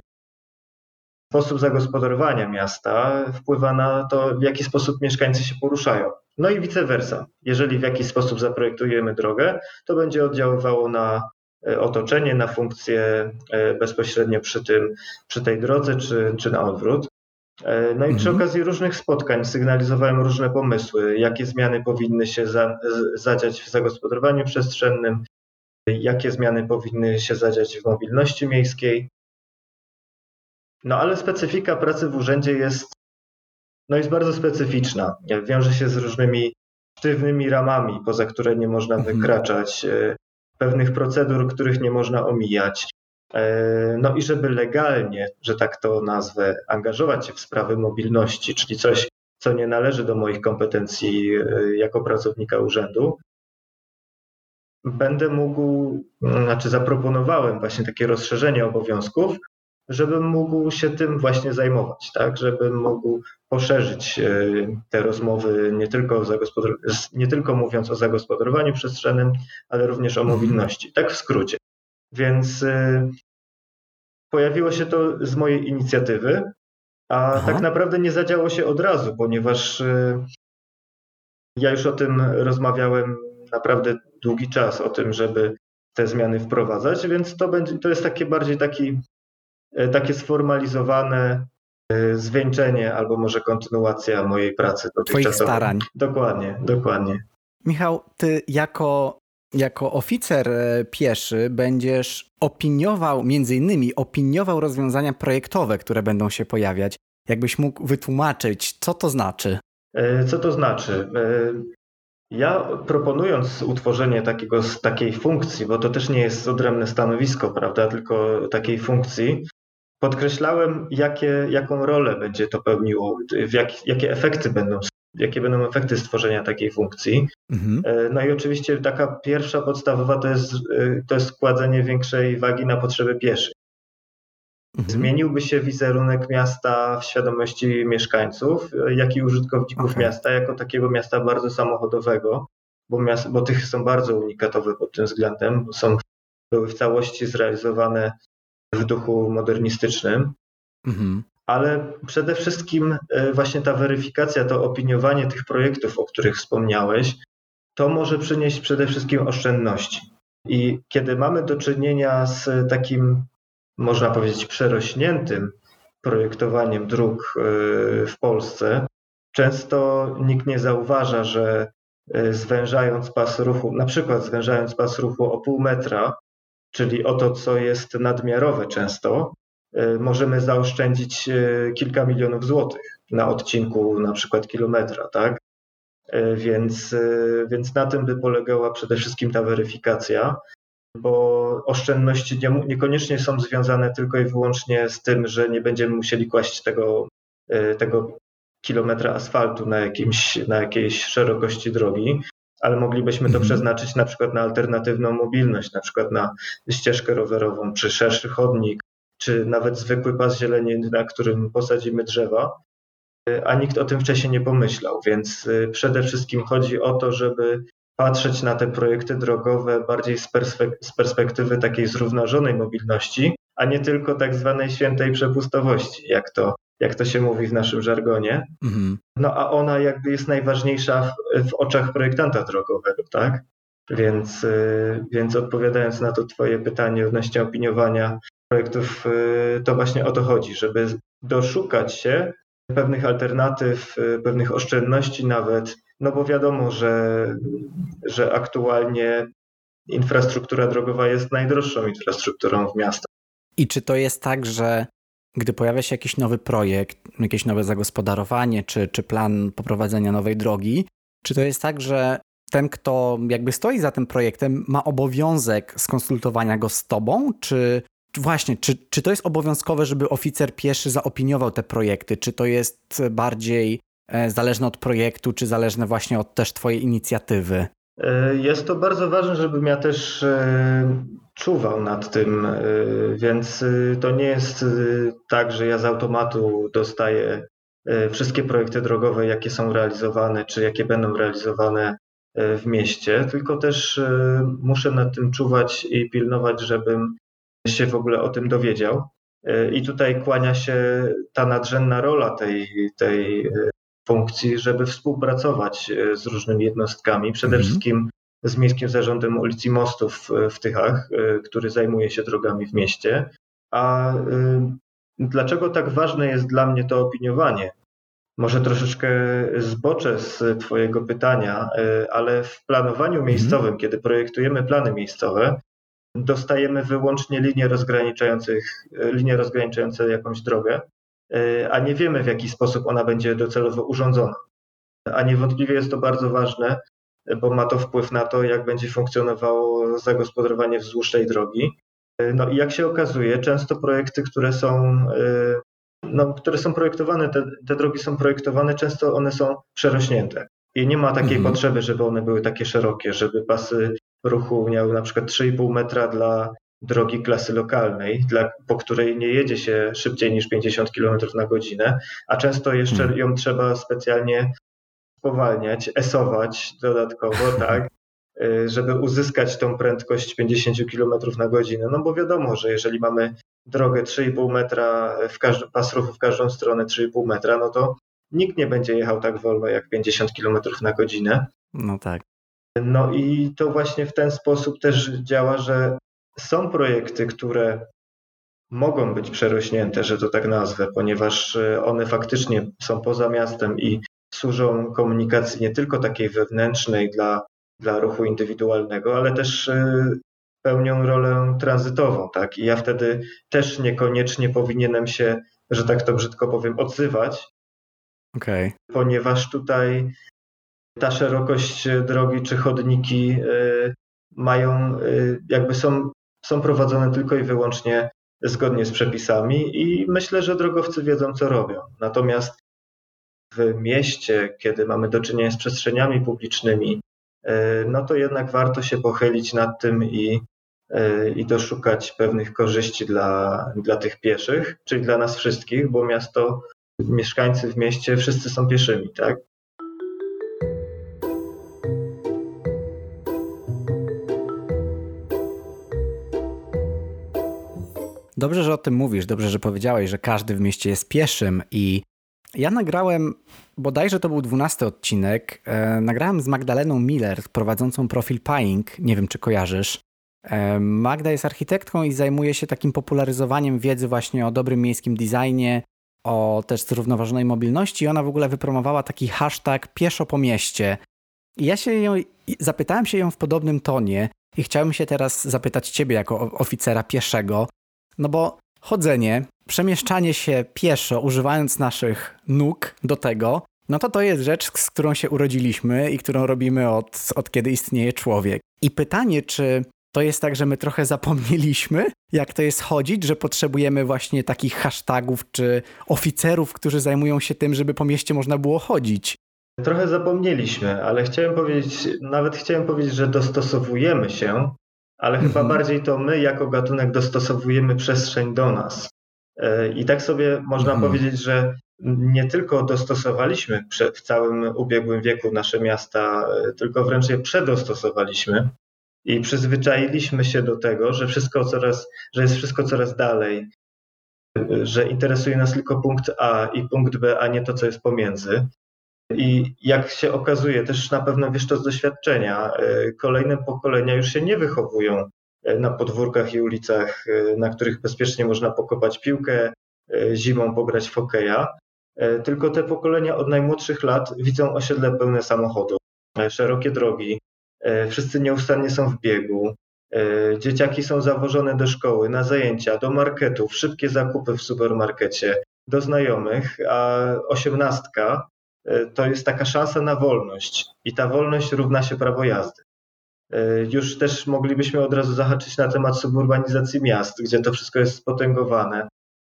Sposób zagospodarowania miasta wpływa na to, w jaki sposób mieszkańcy się poruszają. No i vice versa. Jeżeli w jakiś sposób zaprojektujemy drogę, to będzie oddziaływało na otoczenie, na funkcje bezpośrednio przy tym, przy tej drodze, czy, czy na odwrót. No i przy mhm. okazji różnych spotkań sygnalizowałem różne pomysły, jakie zmiany powinny się za, zadziać w zagospodarowaniu przestrzennym, jakie zmiany powinny się zadziać w mobilności miejskiej. No ale specyfika pracy w urzędzie jest, no jest bardzo specyficzna. Wiąże się z różnymi sztywnymi ramami, poza które nie można mhm. wykraczać, pewnych procedur, których nie można omijać. No i żeby legalnie, że tak to nazwę, angażować się w sprawy mobilności, czyli coś, co nie należy do moich kompetencji jako pracownika urzędu, będę mógł, znaczy zaproponowałem właśnie takie rozszerzenie obowiązków żebym mógł się tym właśnie zajmować, tak? Żebym mógł poszerzyć te rozmowy nie tylko, o zagospodar- nie tylko mówiąc o zagospodarowaniu przestrzennym, ale również o mobilności, tak w skrócie. Więc pojawiło się to z mojej inicjatywy, a Aha. tak naprawdę nie zadziało się od razu, ponieważ ja już o tym rozmawiałem naprawdę długi czas, o tym, żeby te zmiany wprowadzać, więc to, będzie, to jest takie bardziej taki, takie sformalizowane zwieńczenie albo może kontynuacja mojej pracy dotychczasowej. Twoich starań. Dokładnie, dokładnie. Michał, ty jako, jako oficer pieszy będziesz opiniował, między innymi opiniował rozwiązania projektowe, które będą się pojawiać. Jakbyś mógł wytłumaczyć, co to znaczy? Co to znaczy? Ja proponując utworzenie takiego, takiej funkcji, bo to też nie jest odrębne stanowisko, prawda, tylko takiej funkcji, podkreślałem, jakie, jaką rolę będzie to pełniło, w jak, jakie efekty będą, jakie będą efekty stworzenia takiej funkcji. Mhm. No i oczywiście taka pierwsza podstawowa to jest, to jest składanie większej wagi na potrzeby pieszych. Mhm. Zmieniłby się wizerunek miasta w świadomości mieszkańców, jak i użytkowników okay. miasta, jako takiego miasta bardzo samochodowego, bo, miast, bo tych są bardzo unikatowe pod tym względem, bo są, były w całości zrealizowane w duchu modernistycznym, mhm. ale przede wszystkim właśnie ta weryfikacja, to opiniowanie tych projektów, o których wspomniałeś, to może przynieść przede wszystkim oszczędności. I kiedy mamy do czynienia z takim, można powiedzieć, przerośniętym projektowaniem dróg w Polsce, często nikt nie zauważa, że zwężając pas ruchu, na przykład zwężając pas ruchu o pół metra, czyli o to, co jest nadmiarowe często, możemy zaoszczędzić kilka milionów złotych na odcinku na przykład kilometra, tak? Więc, więc na tym by polegała przede wszystkim ta weryfikacja, bo oszczędności nie, niekoniecznie są związane tylko i wyłącznie z tym, że nie będziemy musieli kłaść tego, tego kilometra asfaltu na, jakimś, na jakiejś szerokości drogi, ale moglibyśmy to mhm. przeznaczyć na przykład na alternatywną mobilność, na przykład na ścieżkę rowerową, czy szerszy chodnik, czy nawet zwykły pas zieleni, na którym posadzimy drzewa, a nikt o tym wcześniej nie pomyślał, więc przede wszystkim chodzi o to, żeby patrzeć na te projekty drogowe bardziej z, perspek- z perspektywy takiej zrównoważonej mobilności, a nie tylko tak zwanej świętej przepustowości, jak to, jak to się mówi w naszym żargonie. Mhm. No a ona jakby jest najważniejsza w, w oczach projektanta drogowego, tak? Więc, więc odpowiadając na to twoje pytanie odnośnie opiniowania projektów, to właśnie o to chodzi, żeby doszukać się pewnych alternatyw, pewnych oszczędności nawet, no bo wiadomo, że, że aktualnie infrastruktura drogowa jest najdroższą infrastrukturą w miastach. I czy to jest tak, że gdy pojawia się jakiś nowy projekt, jakieś nowe zagospodarowanie, czy, czy plan poprowadzenia nowej drogi, czy to jest tak, że ten, kto jakby stoi za tym projektem, ma obowiązek skonsultowania go z tobą, czy właśnie, czy, czy to jest obowiązkowe, żeby oficer pieszy zaopiniował te projekty, czy to jest bardziej zależne od projektu, czy zależne właśnie od też twojej inicjatywy? Jest to bardzo ważne, żebym ja też czuwał nad tym, więc to nie jest tak, że ja z automatu dostaję wszystkie projekty drogowe, jakie są realizowane, czy jakie będą realizowane w mieście, tylko też muszę nad tym czuwać i pilnować, żebym się w ogóle o tym dowiedział. I tutaj kłania się ta nadrzędna rola tej, tej funkcji, żeby współpracować z różnymi jednostkami, przede mhm. wszystkim z Miejskim Zarządem Ulic i Mostów w Tychach, który zajmuje się drogami w mieście. A dlaczego tak ważne jest dla mnie to opiniowanie? Może troszeczkę zboczę z twojego pytania, ale w planowaniu miejscowym, mhm. kiedy projektujemy plany miejscowe, dostajemy wyłącznie linie rozgraniczających, linie rozgraniczające jakąś drogę, a nie wiemy, w jaki sposób ona będzie docelowo urządzona. A niewątpliwie jest to bardzo ważne, bo ma to wpływ na to, jak będzie funkcjonowało zagospodarowanie wzdłuż tej drogi. No i jak się okazuje, często projekty, które są, no, które są projektowane, te, te drogi są projektowane, często one są przerośnięte. I nie ma takiej mhm. potrzeby, żeby one były takie szerokie, żeby pasy ruchu miały na przykład trzy i pół metra dla drogi klasy lokalnej, dla, po której nie jedzie się szybciej niż pięćdziesiąt kilometrów na godzinę, a często jeszcze hmm. ją trzeba specjalnie spowalniać, esować dodatkowo, tak, żeby uzyskać tą prędkość pięćdziesiąt kilometrów na godzinę. No bo wiadomo, że jeżeli mamy drogę trzy i pół metra, w każdy, pas ruchu w każdą stronę trzy i pół metra, no to nikt nie będzie jechał tak wolno jak pięćdziesiąt kilometrów na godzinę. No tak. No i to właśnie w ten sposób też działa, że są projekty, które mogą być przerośnięte, że to tak nazwę, ponieważ one faktycznie są poza miastem i służą komunikacji nie tylko takiej wewnętrznej dla, dla ruchu indywidualnego, ale też pełnią rolę tranzytową, tak? I ja wtedy też niekoniecznie powinienem się, że tak to brzydko powiem, odzywać, okay. ponieważ tutaj ta szerokość drogi czy chodniki mają, jakby są, są prowadzone tylko i wyłącznie zgodnie z przepisami i myślę, że drogowcy wiedzą, co robią. Natomiast w mieście, kiedy mamy do czynienia z przestrzeniami publicznymi, no to jednak warto się pochylić nad tym i, i doszukać pewnych korzyści dla, dla tych pieszych, czyli dla nas wszystkich, bo miasto, mieszkańcy w mieście wszyscy są pieszymi, tak? Dobrze, że o tym mówisz, dobrze, że powiedziałeś, że każdy w mieście jest pieszym i ja nagrałem, bodajże to był dwunasty odcinek, e, nagrałem z Magdaleną Miller, prowadzącą profil Paying, nie wiem czy kojarzysz. E, Magda jest architektką i zajmuje się takim popularyzowaniem wiedzy właśnie o dobrym miejskim designie, o też zrównoważonej mobilności i ona w ogóle wypromowała taki hashtag pieszo po mieście. I ja się ją, zapytałem się ją w podobnym tonie i chciałem się teraz zapytać ciebie jako oficera pieszego, no bo chodzenie, przemieszczanie się pieszo, używając naszych nóg do tego, no to to jest rzecz, z którą się urodziliśmy i którą robimy od, od kiedy istnieje człowiek. I pytanie, czy to jest tak, że my trochę zapomnieliśmy, jak to jest chodzić, że potrzebujemy właśnie takich hashtagów czy oficerów, którzy zajmują się tym, żeby po mieście można było chodzić. Trochę zapomnieliśmy, ale chciałem powiedzieć, nawet chciałem powiedzieć, że dostosowujemy się, ale chyba mhm. bardziej to my jako gatunek dostosowujemy przestrzeń do nas. I tak sobie można mhm. powiedzieć, że nie tylko dostosowaliśmy w całym ubiegłym wieku nasze miasta, tylko wręcz je przedostosowaliśmy i przyzwyczailiśmy się do tego, że wszystko coraz, że jest wszystko coraz dalej, że interesuje nas tylko punkt A i punkt B, a nie to, co jest pomiędzy. I jak się okazuje, też na pewno wiesz to z doświadczenia, kolejne pokolenia już się nie wychowują na podwórkach i ulicach, na których bezpiecznie można pokopać piłkę, zimą pograć w hokeja, tylko te pokolenia od najmłodszych lat widzą osiedle pełne samochodów, szerokie drogi, wszyscy nieustannie są w biegu, dzieciaki są zawożone do szkoły, na zajęcia, do marketów, szybkie zakupy w supermarkecie, do znajomych, a osiemnastka to jest taka szansa na wolność i ta wolność równa się prawo jazdy. Już też moglibyśmy od razu zahaczyć na temat suburbanizacji miast, gdzie to wszystko jest spotęgowane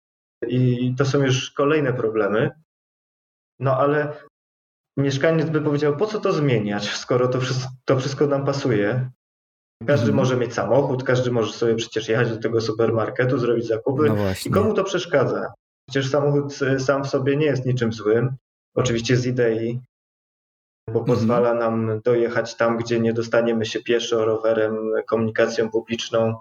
i to są już kolejne problemy. No ale mieszkaniec by powiedział, po co to zmieniać, skoro to wszystko, to wszystko nam pasuje. Każdy mhm. może mieć samochód, każdy może sobie przecież jechać do tego supermarketu, zrobić zakupy. No i komu to przeszkadza? Przecież samochód sam w sobie nie jest niczym złym. Oczywiście z idei, bo pozwala nam dojechać tam, gdzie nie dostaniemy się pieszo, rowerem, komunikacją publiczną.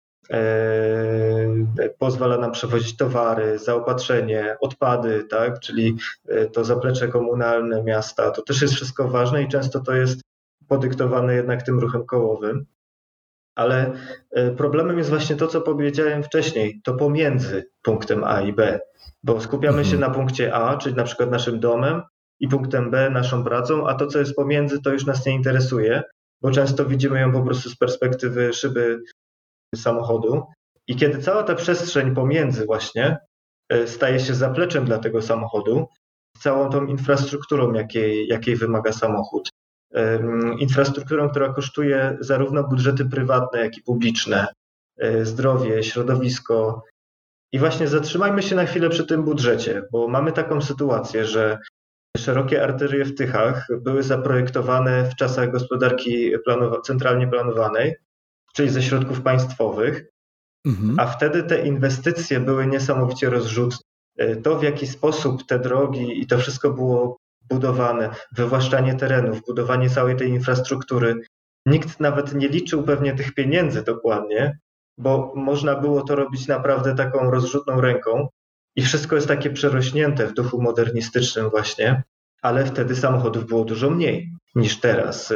E, pozwala nam przewozić towary, zaopatrzenie, odpady, tak? Czyli to zaplecze komunalne miasta. To też jest wszystko ważne i często to jest podyktowane jednak tym ruchem kołowym. Ale problemem jest właśnie to, co powiedziałem wcześniej, to pomiędzy punktem A i B. Bo skupiamy mhm. się na punkcie A, czyli na przykład naszym domem i punktem B, naszą pracą, a to, co jest pomiędzy, to już nas nie interesuje, bo często widzimy ją po prostu z perspektywy szyby samochodu. I kiedy cała ta przestrzeń pomiędzy właśnie staje się zapleczem dla tego samochodu, całą tą infrastrukturą, jakiej, jakiej wymaga samochód, infrastrukturą, która kosztuje zarówno budżety prywatne, jak i publiczne, zdrowie, środowisko. I właśnie zatrzymajmy się na chwilę przy tym budżecie, bo mamy taką sytuację, że szerokie arterie w Tychach były zaprojektowane w czasach gospodarki planowa- centralnie planowanej, czyli ze środków państwowych. Mhm. A wtedy te inwestycje były niesamowicie rozrzutne. To, w jaki sposób te drogi i to wszystko było budowane, wywłaszczanie terenów, budowanie całej tej infrastruktury, nikt nawet nie liczył pewnie tych pieniędzy dokładnie, bo można było to robić naprawdę taką rozrzutną ręką i wszystko jest takie przerośnięte w duchu modernistycznym właśnie, ale wtedy samochodów było dużo mniej niż teraz.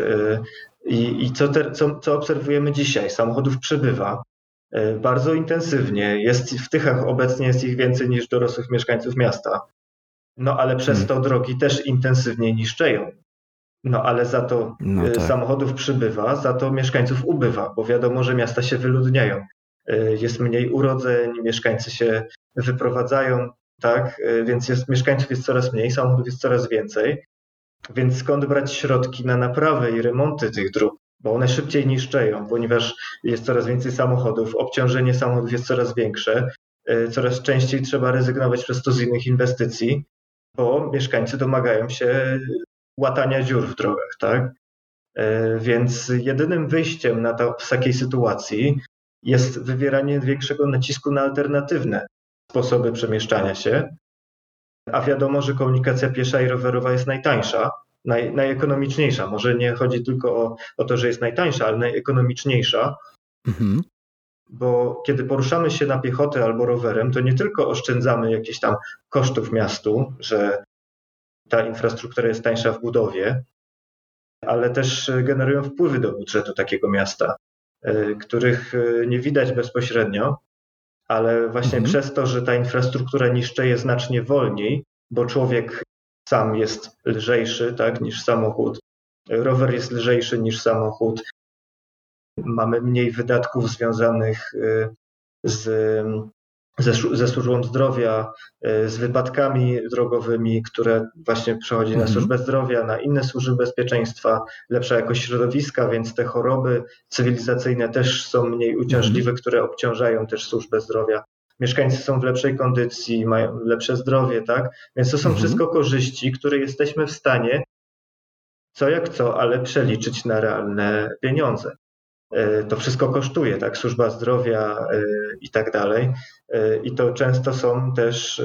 I, i co, te, co, co obserwujemy dzisiaj? Samochodów przybywa bardzo intensywnie. Jest, w Tychach obecnie jest ich więcej niż dorosłych mieszkańców miasta. No ale przez to drogi też intensywnie niszczeją. No ale za to no tak. samochodów przybywa, za to mieszkańców ubywa, bo wiadomo, że miasta się wyludniają. Jest mniej urodzeń, mieszkańcy się wyprowadzają, tak? Więc jest, mieszkańców jest coraz mniej, samochodów jest coraz więcej. Więc skąd brać środki na naprawę i remonty tych dróg? Bo one szybciej niszczeją, ponieważ jest coraz więcej samochodów, obciążenie samochodów jest coraz większe, coraz częściej trzeba rezygnować przez to z innych inwestycji, bo mieszkańcy domagają się łatania dziur w drogach, tak? Więc jedynym wyjściem na to, w takiej sytuacji jest wywieranie większego nacisku na alternatywne sposoby przemieszczania się, a wiadomo, że komunikacja piesza i rowerowa jest najtańsza, naj, najekonomiczniejsza. Może nie chodzi tylko o, o to, że jest najtańsza, ale najekonomiczniejsza, mhm. bo kiedy poruszamy się na piechotę albo rowerem, to nie tylko oszczędzamy jakieś tam kosztów miastu, że ta infrastruktura jest tańsza w budowie, ale też generują wpływy do budżetu takiego miasta, których nie widać bezpośrednio, ale właśnie mhm. przez to, że ta infrastruktura niszczeje znacznie wolniej, bo człowiek sam jest lżejszy, tak, niż samochód, rower jest lżejszy niż samochód, mamy mniej wydatków związanych z, ze, ze służbą zdrowia, z wypadkami drogowymi, które właśnie przechodzi na służbę zdrowia, na inne służby bezpieczeństwa, lepsza jakość środowiska, więc te choroby cywilizacyjne też są mniej uciążliwe, które obciążają też służbę zdrowia. Mieszkańcy są w lepszej kondycji, mają lepsze zdrowie, tak? Więc to są mhm. wszystko korzyści, które jesteśmy w stanie co jak co, ale przeliczyć na realne pieniądze. To wszystko kosztuje, tak? Służba zdrowia i tak dalej. I to często są też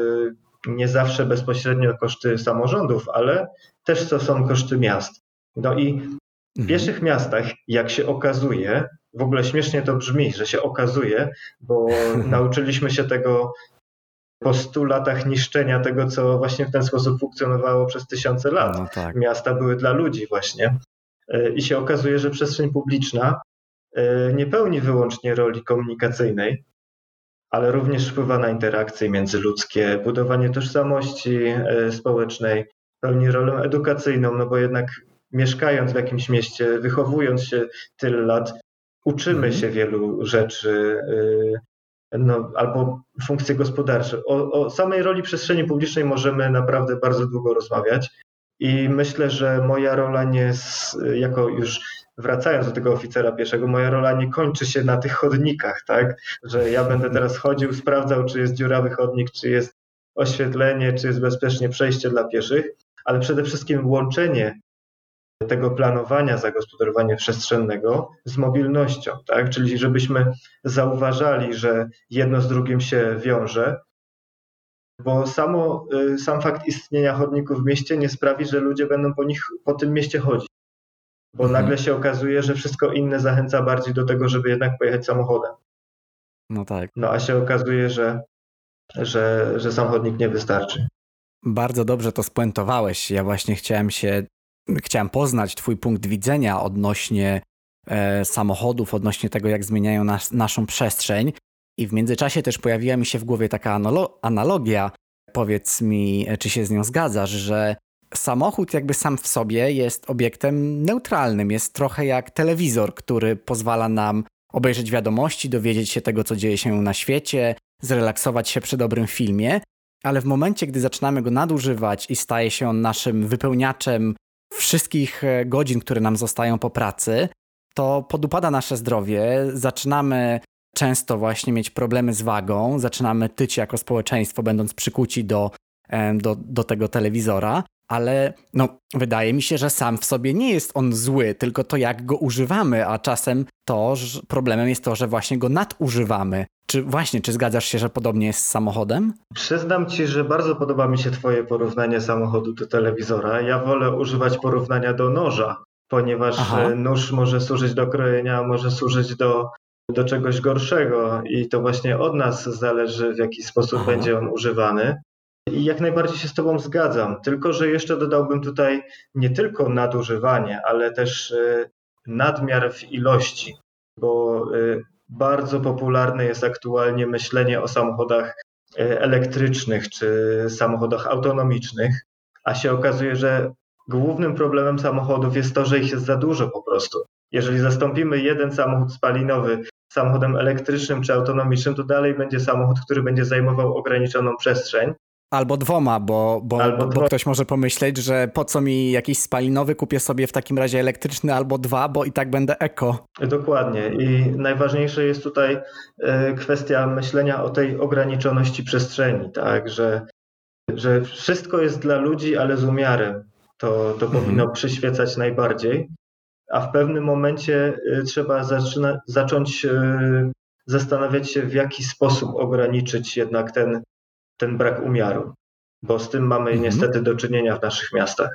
nie zawsze bezpośrednio koszty samorządów, ale też to są koszty miast. No i w pieszych miastach, jak się okazuje, w ogóle śmiesznie to brzmi, że się okazuje, bo nauczyliśmy się tego po stu latach niszczenia tego, co właśnie w ten sposób funkcjonowało przez tysiące lat. No tak. Miasta były dla ludzi właśnie. I się okazuje, że przestrzeń publiczna nie pełni wyłącznie roli komunikacyjnej, ale również wpływa na interakcje międzyludzkie, budowanie tożsamości społecznej, pełni rolę edukacyjną, no bo jednak mieszkając w jakimś mieście, wychowując się tyle lat, uczymy mm. się wielu rzeczy, no, albo funkcje gospodarcze. O, o samej roli przestrzeni publicznej możemy naprawdę bardzo długo rozmawiać i myślę, że moja rola nie jest, jako już wracając do tego oficera pieszego, moja rola nie kończy się na tych chodnikach, tak? Że ja będę teraz chodził, sprawdzał, czy jest dziurawy chodnik, czy jest oświetlenie, czy jest bezpiecznie przejście dla pieszych, ale przede wszystkim łączenie tego planowania zagospodarowania przestrzennego z mobilnością, tak? Czyli żebyśmy zauważali, że jedno z drugim się wiąże, bo samo, sam fakt istnienia chodników w mieście nie sprawi, że ludzie będą po nich, po tym mieście chodzić. Bo mhm. nagle się okazuje, że wszystko inne zachęca bardziej do tego, żeby jednak pojechać samochodem. No tak. No a się okazuje, że, że, że sam chodnik nie wystarczy. Bardzo dobrze to spuentowałeś. Ja właśnie chciałem się, chciałem poznać twój punkt widzenia odnośnie e, samochodów, odnośnie tego, jak zmieniają nas, naszą przestrzeń. I w międzyczasie też pojawiła mi się w głowie taka analo- analogia. Powiedz mi, czy się z nią zgadzasz, że samochód jakby sam w sobie jest obiektem neutralnym. Jest trochę jak telewizor, który pozwala nam obejrzeć wiadomości, dowiedzieć się tego, co dzieje się na świecie, zrelaksować się przy dobrym filmie, ale w momencie, gdy zaczynamy go nadużywać i staje się on naszym wypełniaczem wszystkich godzin, które nam zostają po pracy, to podupada nasze zdrowie, zaczynamy często właśnie mieć problemy z wagą, zaczynamy tyć jako społeczeństwo, będąc przykuci do, do, do tego telewizora, ale no, wydaje mi się, że sam w sobie nie jest on zły, tylko to jak go używamy, a czasem to, że problemem jest to, że właśnie go nadużywamy. Czy właśnie, czy zgadzasz się, że podobnie jest z samochodem? Przyznam ci, że bardzo podoba mi się twoje porównanie samochodu do telewizora. Ja wolę używać porównania do noża, ponieważ Aha. nóż może służyć do krojenia, może służyć do, do czegoś gorszego i to właśnie od nas zależy, w jaki sposób Aha. będzie on używany. I jak najbardziej się z tobą zgadzam, tylko że jeszcze dodałbym tutaj nie tylko nadużywanie, ale też nadmiar w ilości, bo bardzo popularne jest aktualnie myślenie o samochodach elektrycznych czy samochodach autonomicznych, a się okazuje, że głównym problemem samochodów jest to, że ich jest za dużo po prostu. Jeżeli zastąpimy jeden samochód spalinowy samochodem elektrycznym czy autonomicznym, to dalej będzie samochód, który będzie zajmował ograniczoną przestrzeń. Albo dwoma, bo, bo, Albo bo, dwo... bo ktoś może pomyśleć, że po co mi jakiś spalinowy, kupię sobie w takim razie elektryczny albo dwa, bo i tak będę eko. Dokładnie i najważniejsze jest tutaj kwestia myślenia o tej ograniczoności przestrzeni, tak, że, że wszystko jest dla ludzi, ale z umiarem. To, to mhm. powinno przyświecać najbardziej, a w pewnym momencie trzeba zaczyna, zacząć zastanawiać się, w jaki sposób ograniczyć jednak ten ten brak umiaru, bo z tym mamy mhm. niestety do czynienia w naszych miastach.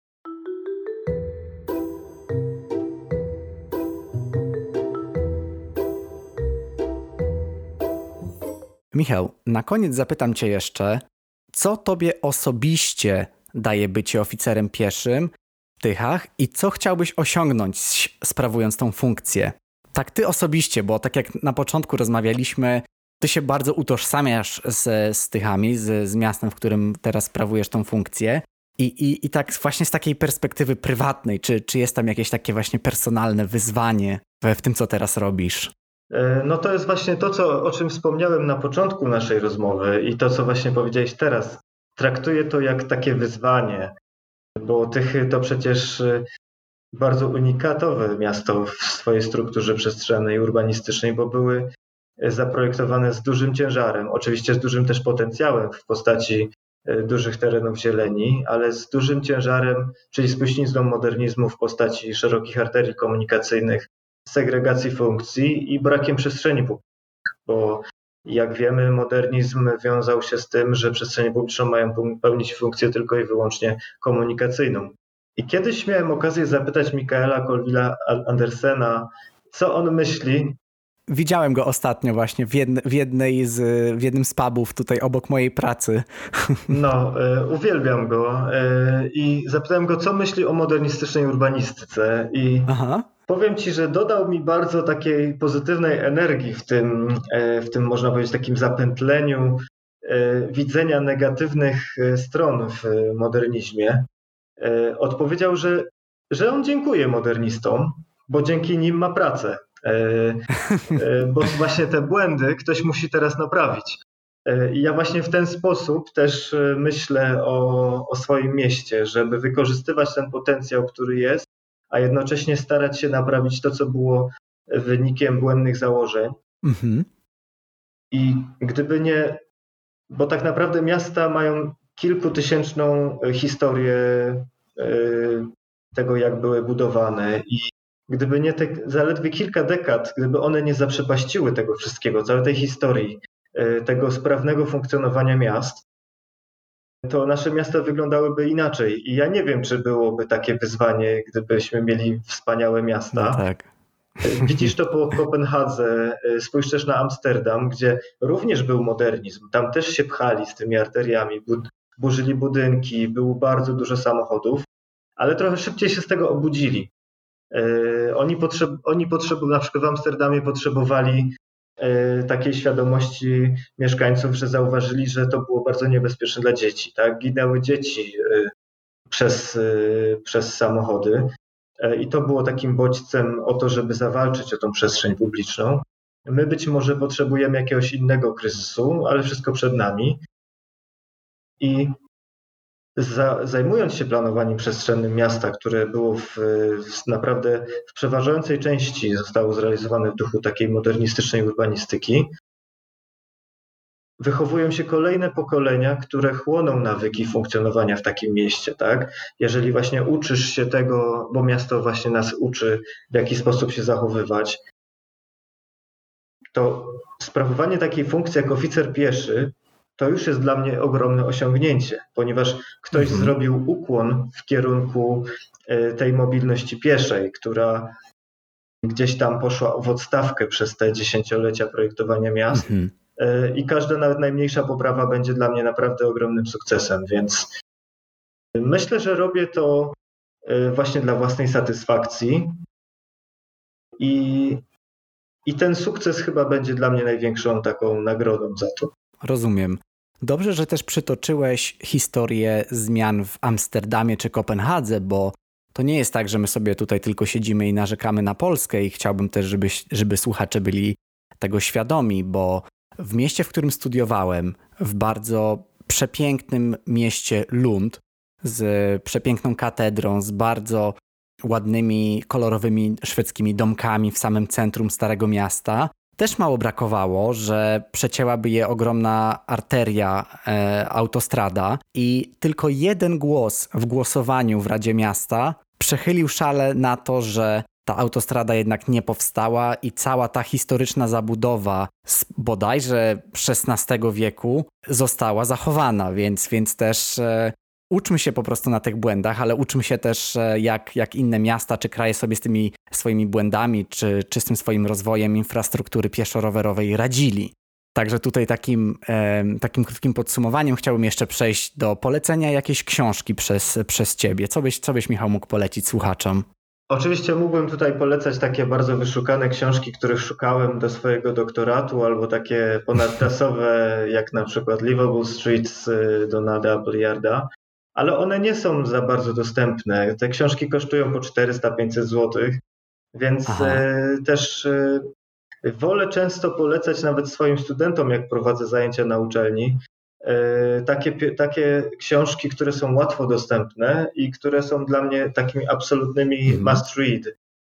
Michał, na koniec zapytam cię jeszcze, co tobie osobiście daje bycie oficerem pieszym w Tychach i co chciałbyś osiągnąć sprawując tą funkcję? Tak ty osobiście, bo tak jak na początku rozmawialiśmy, ty się bardzo utożsamiasz z, z Tychami, z, z miastem, w którym teraz sprawujesz tą funkcję i, i, i tak właśnie z takiej perspektywy prywatnej, czy, czy jest tam jakieś takie właśnie personalne wyzwanie w, w tym, co teraz robisz? No to jest właśnie to, co, o czym wspomniałem na początku naszej rozmowy i to, co właśnie powiedziałeś teraz. Traktuję to jak takie wyzwanie, bo Tychy to przecież bardzo unikatowe miasto w swojej strukturze przestrzennej, urbanistycznej, bo były zaprojektowane z dużym ciężarem, oczywiście z dużym też potencjałem w postaci dużych terenów zieleni, ale z dużym ciężarem, czyli spuścizną modernizmu w postaci szerokich arterii komunikacyjnych, segregacji funkcji i brakiem przestrzeni publicznej, bo jak wiemy, modernizm wiązał się z tym, że przestrzenie publiczne mają pełnić funkcję tylko i wyłącznie komunikacyjną. I kiedyś miałem okazję zapytać Mikaela Colvilla-Andersena, co on myśli. Widziałem go ostatnio właśnie w, jedne, w, jednej z, w jednym z pubów tutaj obok mojej pracy. No, y, uwielbiam go y, i zapytałem go, co myśli o modernistycznej urbanistyce i Aha. powiem ci, że dodał mi bardzo takiej pozytywnej energii w tym, y, w tym można powiedzieć takim zapętleniu y, widzenia negatywnych stron w modernizmie. Y, odpowiedział, że, że on dziękuje modernistom, bo dzięki nim ma pracę. Bo właśnie te błędy ktoś musi teraz naprawić. I ja właśnie w ten sposób też myślę o, o swoim mieście, żeby wykorzystywać ten potencjał, który jest, a jednocześnie starać się naprawić to, co było wynikiem błędnych założeń. Mhm. I gdyby nie, bo tak naprawdę miasta mają kilkutysięczną historię tego, jak były budowane i gdyby nie te zaledwie kilka dekad, gdyby one nie zaprzepaściły tego wszystkiego, całej tej historii, tego sprawnego funkcjonowania miast, to nasze miasta wyglądałyby inaczej. I ja nie wiem, czy byłoby takie wyzwanie, gdybyśmy mieli wspaniałe miasta. No tak. Widzisz to po Kopenhadze, spójrz też na Amsterdam, gdzie również był modernizm. Tam też się pchali z tymi arteriami, burzyli budynki, było bardzo dużo samochodów, ale trochę szybciej się z tego obudzili. Oni, potrzeb, oni potrzeb, na przykład w Amsterdamie potrzebowali takiej świadomości mieszkańców, że zauważyli, że to było bardzo niebezpieczne dla dzieci. Tak? Ginęły dzieci przez, przez samochody i to było takim bodźcem o to, żeby zawalczyć o tą przestrzeń publiczną. My być może potrzebujemy jakiegoś innego kryzysu, ale wszystko przed nami. I Za, zajmując się planowaniem przestrzennym miasta, które było w, w naprawdę w przeważającej części zostało zrealizowane w duchu takiej modernistycznej urbanistyki, wychowują się kolejne pokolenia, które chłoną nawyki funkcjonowania w takim mieście, tak? Jeżeli właśnie uczysz się tego, bo miasto właśnie nas uczy, w jaki sposób się zachowywać, to sprawowanie takiej funkcji jak oficer pieszy to już jest dla mnie ogromne osiągnięcie, ponieważ ktoś mhm. zrobił ukłon w kierunku tej mobilności pieszej, która gdzieś tam poszła w odstawkę przez te dziesięciolecia projektowania miast mhm. i każda nawet najmniejsza poprawa będzie dla mnie naprawdę ogromnym sukcesem, więc myślę, że robię to właśnie dla własnej satysfakcji i, i ten sukces chyba będzie dla mnie największą taką nagrodą za to. Rozumiem. Dobrze, że też przytoczyłeś historię zmian w Amsterdamie czy Kopenhadze, bo to nie jest tak, że my sobie tutaj tylko siedzimy i narzekamy na Polskę i chciałbym też, żeby, żeby słuchacze byli tego świadomi, bo w mieście, w którym studiowałem, w bardzo przepięknym mieście Lund, z przepiękną katedrą, z bardzo ładnymi, kolorowymi szwedzkimi domkami w samym centrum Starego Miasta, też mało brakowało, że przecięłaby je ogromna arteria, e, autostrada i tylko jeden głos w głosowaniu w Radzie Miasta przechylił szale na to, że ta autostrada jednak nie powstała i cała ta historyczna zabudowa z bodajże szesnastego wieku została zachowana, więc, więc też e, uczmy się po prostu na tych błędach, ale uczmy się też e, jak, jak inne miasta czy kraje sobie z tymi swoimi błędami czy, czy z tym swoim rozwojem infrastruktury pieszo-rowerowej radzili. Także tutaj takim, e, takim krótkim podsumowaniem chciałbym jeszcze przejść do polecenia jakiejś książki przez, przez ciebie. Co byś, co byś, Michał, mógł polecić słuchaczom? Oczywiście mógłbym tutaj polecać takie bardzo wyszukane książki, których szukałem do swojego doktoratu, albo takie ponadklasowe, jak na przykład Livable Streets Donalda Appleyarda, ale one nie są za bardzo dostępne. Te książki kosztują po czterysta do pięciuset złotych, więc Aha. też wolę często polecać nawet swoim studentom, jak prowadzę zajęcia na uczelni, Takie, takie książki, które są łatwo dostępne i które są dla mnie takimi absolutnymi mm. must read,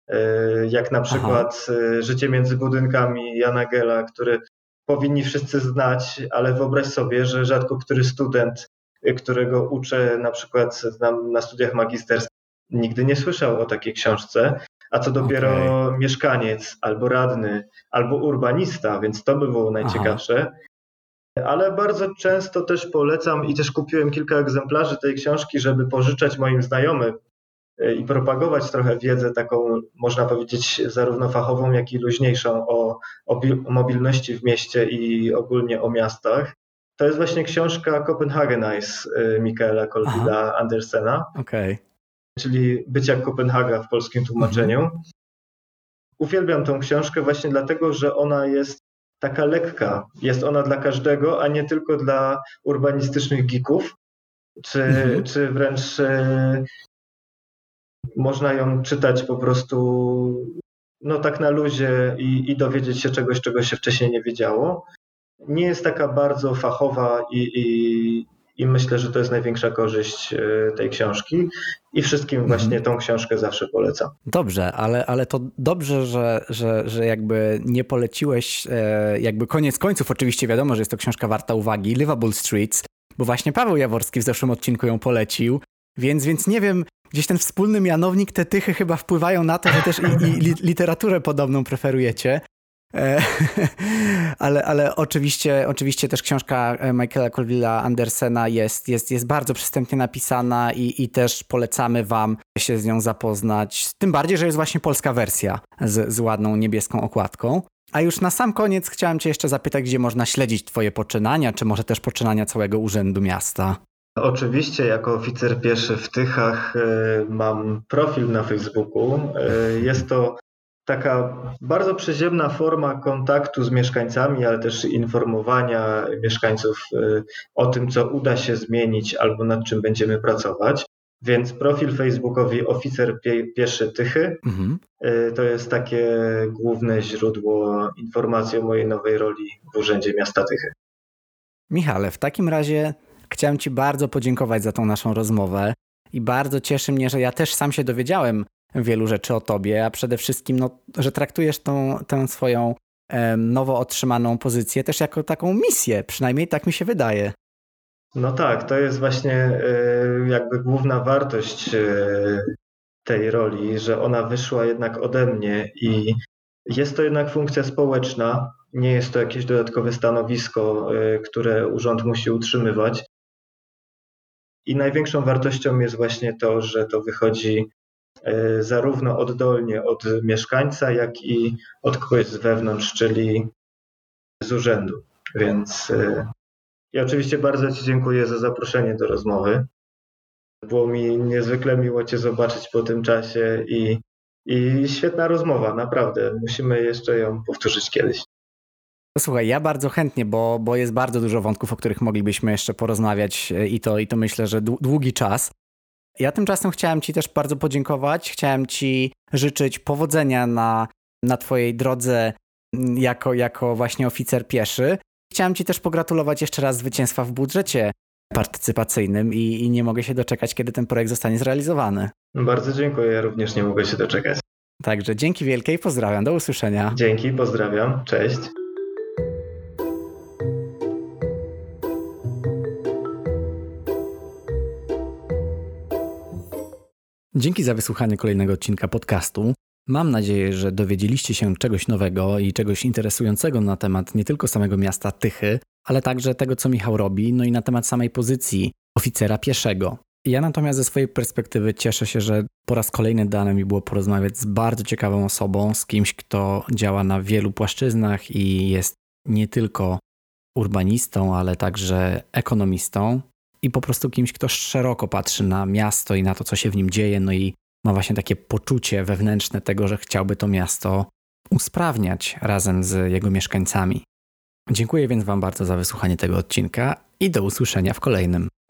jak na przykład Aha. Życie między budynkami Jana Gela, który powinni wszyscy znać, ale wyobraź sobie, że rzadko który student, którego uczę na przykład na, na studiach magisterskich, nigdy nie słyszał o takiej książce, a co dopiero okay. mieszkaniec, albo radny, albo urbanista, więc to by było najciekawsze. Aha. Ale bardzo często też polecam i też kupiłem kilka egzemplarzy tej książki, żeby pożyczać moim znajomym i propagować trochę wiedzę taką, można powiedzieć, zarówno fachową, jak i luźniejszą o, o mobilności w mieście i ogólnie o miastach. To jest właśnie książka Copenhagenize Mikaela Colvilla Andersena, okay. czyli Być jak Kopenhaga w polskim tłumaczeniu. Mhm. Uwielbiam tą książkę właśnie dlatego, że ona jest taka lekka. Jest ona dla każdego, a nie tylko dla urbanistycznych geeków, czy, mhm. czy wręcz e, można ją czytać po prostu no tak na luzie i, i dowiedzieć się czegoś, czego się wcześniej nie wiedziało. Nie jest taka bardzo fachowa i, i, i myślę, że to jest największa korzyść tej książki i wszystkim właśnie tą książkę zawsze polecam. Dobrze, ale, ale to dobrze, że, że, że jakby nie poleciłeś, jakby koniec końców oczywiście wiadomo, że jest to książka warta uwagi, Livable Streets, bo właśnie Paweł Jaworski w zeszłym odcinku ją polecił, więc, więc nie wiem, gdzieś ten wspólny mianownik, te tychy chyba wpływają na to, że też i, i literaturę podobną preferujecie. ale, ale oczywiście, oczywiście też książka Michaela Colvilla Andersena jest, jest, jest bardzo przystępnie napisana i, i też polecamy wam się z nią zapoznać. Tym bardziej, że jest właśnie polska wersja z, z ładną niebieską okładką. A już na sam koniec chciałem cię jeszcze zapytać, gdzie można śledzić twoje poczynania, czy może też poczynania całego Urzędu Miasta? Oczywiście jako oficer pieszy w Tychach mam profil na Facebooku. Jest to taka bardzo przyziemna forma kontaktu z mieszkańcami, ale też informowania mieszkańców o tym, co uda się zmienić albo nad czym będziemy pracować. Więc profil facebookowy Oficer Pieszy Tychy mhm. to jest takie główne źródło informacji o mojej nowej roli w Urzędzie Miasta Tychy. Michale, w takim razie chciałem ci bardzo podziękować za tą naszą rozmowę i bardzo cieszy mnie, że ja też sam się dowiedziałem wielu rzeczy o tobie, a przede wszystkim, no, że traktujesz tą, tę swoją nowo otrzymaną pozycję też jako taką misję, przynajmniej tak mi się wydaje. No tak, to jest właśnie jakby główna wartość tej roli, że ona wyszła jednak ode mnie i jest to jednak funkcja społeczna, nie jest to jakieś dodatkowe stanowisko, które urząd musi utrzymywać. I największą wartością jest właśnie to, że to wychodzi zarówno oddolnie od mieszkańca, jak i od kogoś z wewnątrz, czyli z urzędu. Więc ja oczywiście bardzo Ci dziękuję za zaproszenie do rozmowy. Było mi niezwykle miło Cię zobaczyć po tym czasie i, i świetna rozmowa, naprawdę. Musimy jeszcze ją powtórzyć kiedyś. Słuchaj, ja bardzo chętnie, bo, bo jest bardzo dużo wątków, o których moglibyśmy jeszcze porozmawiać i to, i to myślę, że długi czas. Ja tymczasem chciałem Ci też bardzo podziękować. Chciałem Ci życzyć powodzenia na, na Twojej drodze jako, jako właśnie oficer pieszy. Chciałem Ci też pogratulować jeszcze raz zwycięstwa w budżecie partycypacyjnym i, i nie mogę się doczekać, kiedy ten projekt zostanie zrealizowany. Bardzo dziękuję, ja również nie mogę się doczekać. Także dzięki wielkie i pozdrawiam. Do usłyszenia. Dzięki, pozdrawiam. Cześć. Dzięki za wysłuchanie kolejnego odcinka podcastu. Mam nadzieję, że dowiedzieliście się czegoś nowego i czegoś interesującego na temat nie tylko samego miasta Tychy, ale także tego, co Michał robi, no i na temat samej pozycji oficera pieszego. Ja natomiast ze swojej perspektywy cieszę się, że po raz kolejny dane mi było porozmawiać z bardzo ciekawą osobą, z kimś, kto działa na wielu płaszczyznach i jest nie tylko urbanistą, ale także ekonomistą i po prostu kimś, kto szeroko patrzy na miasto i na to, co się w nim dzieje, no i ma właśnie takie poczucie wewnętrzne tego, że chciałby to miasto usprawniać razem z jego mieszkańcami. Dziękuję więc Wam bardzo za wysłuchanie tego odcinka i do usłyszenia w kolejnym.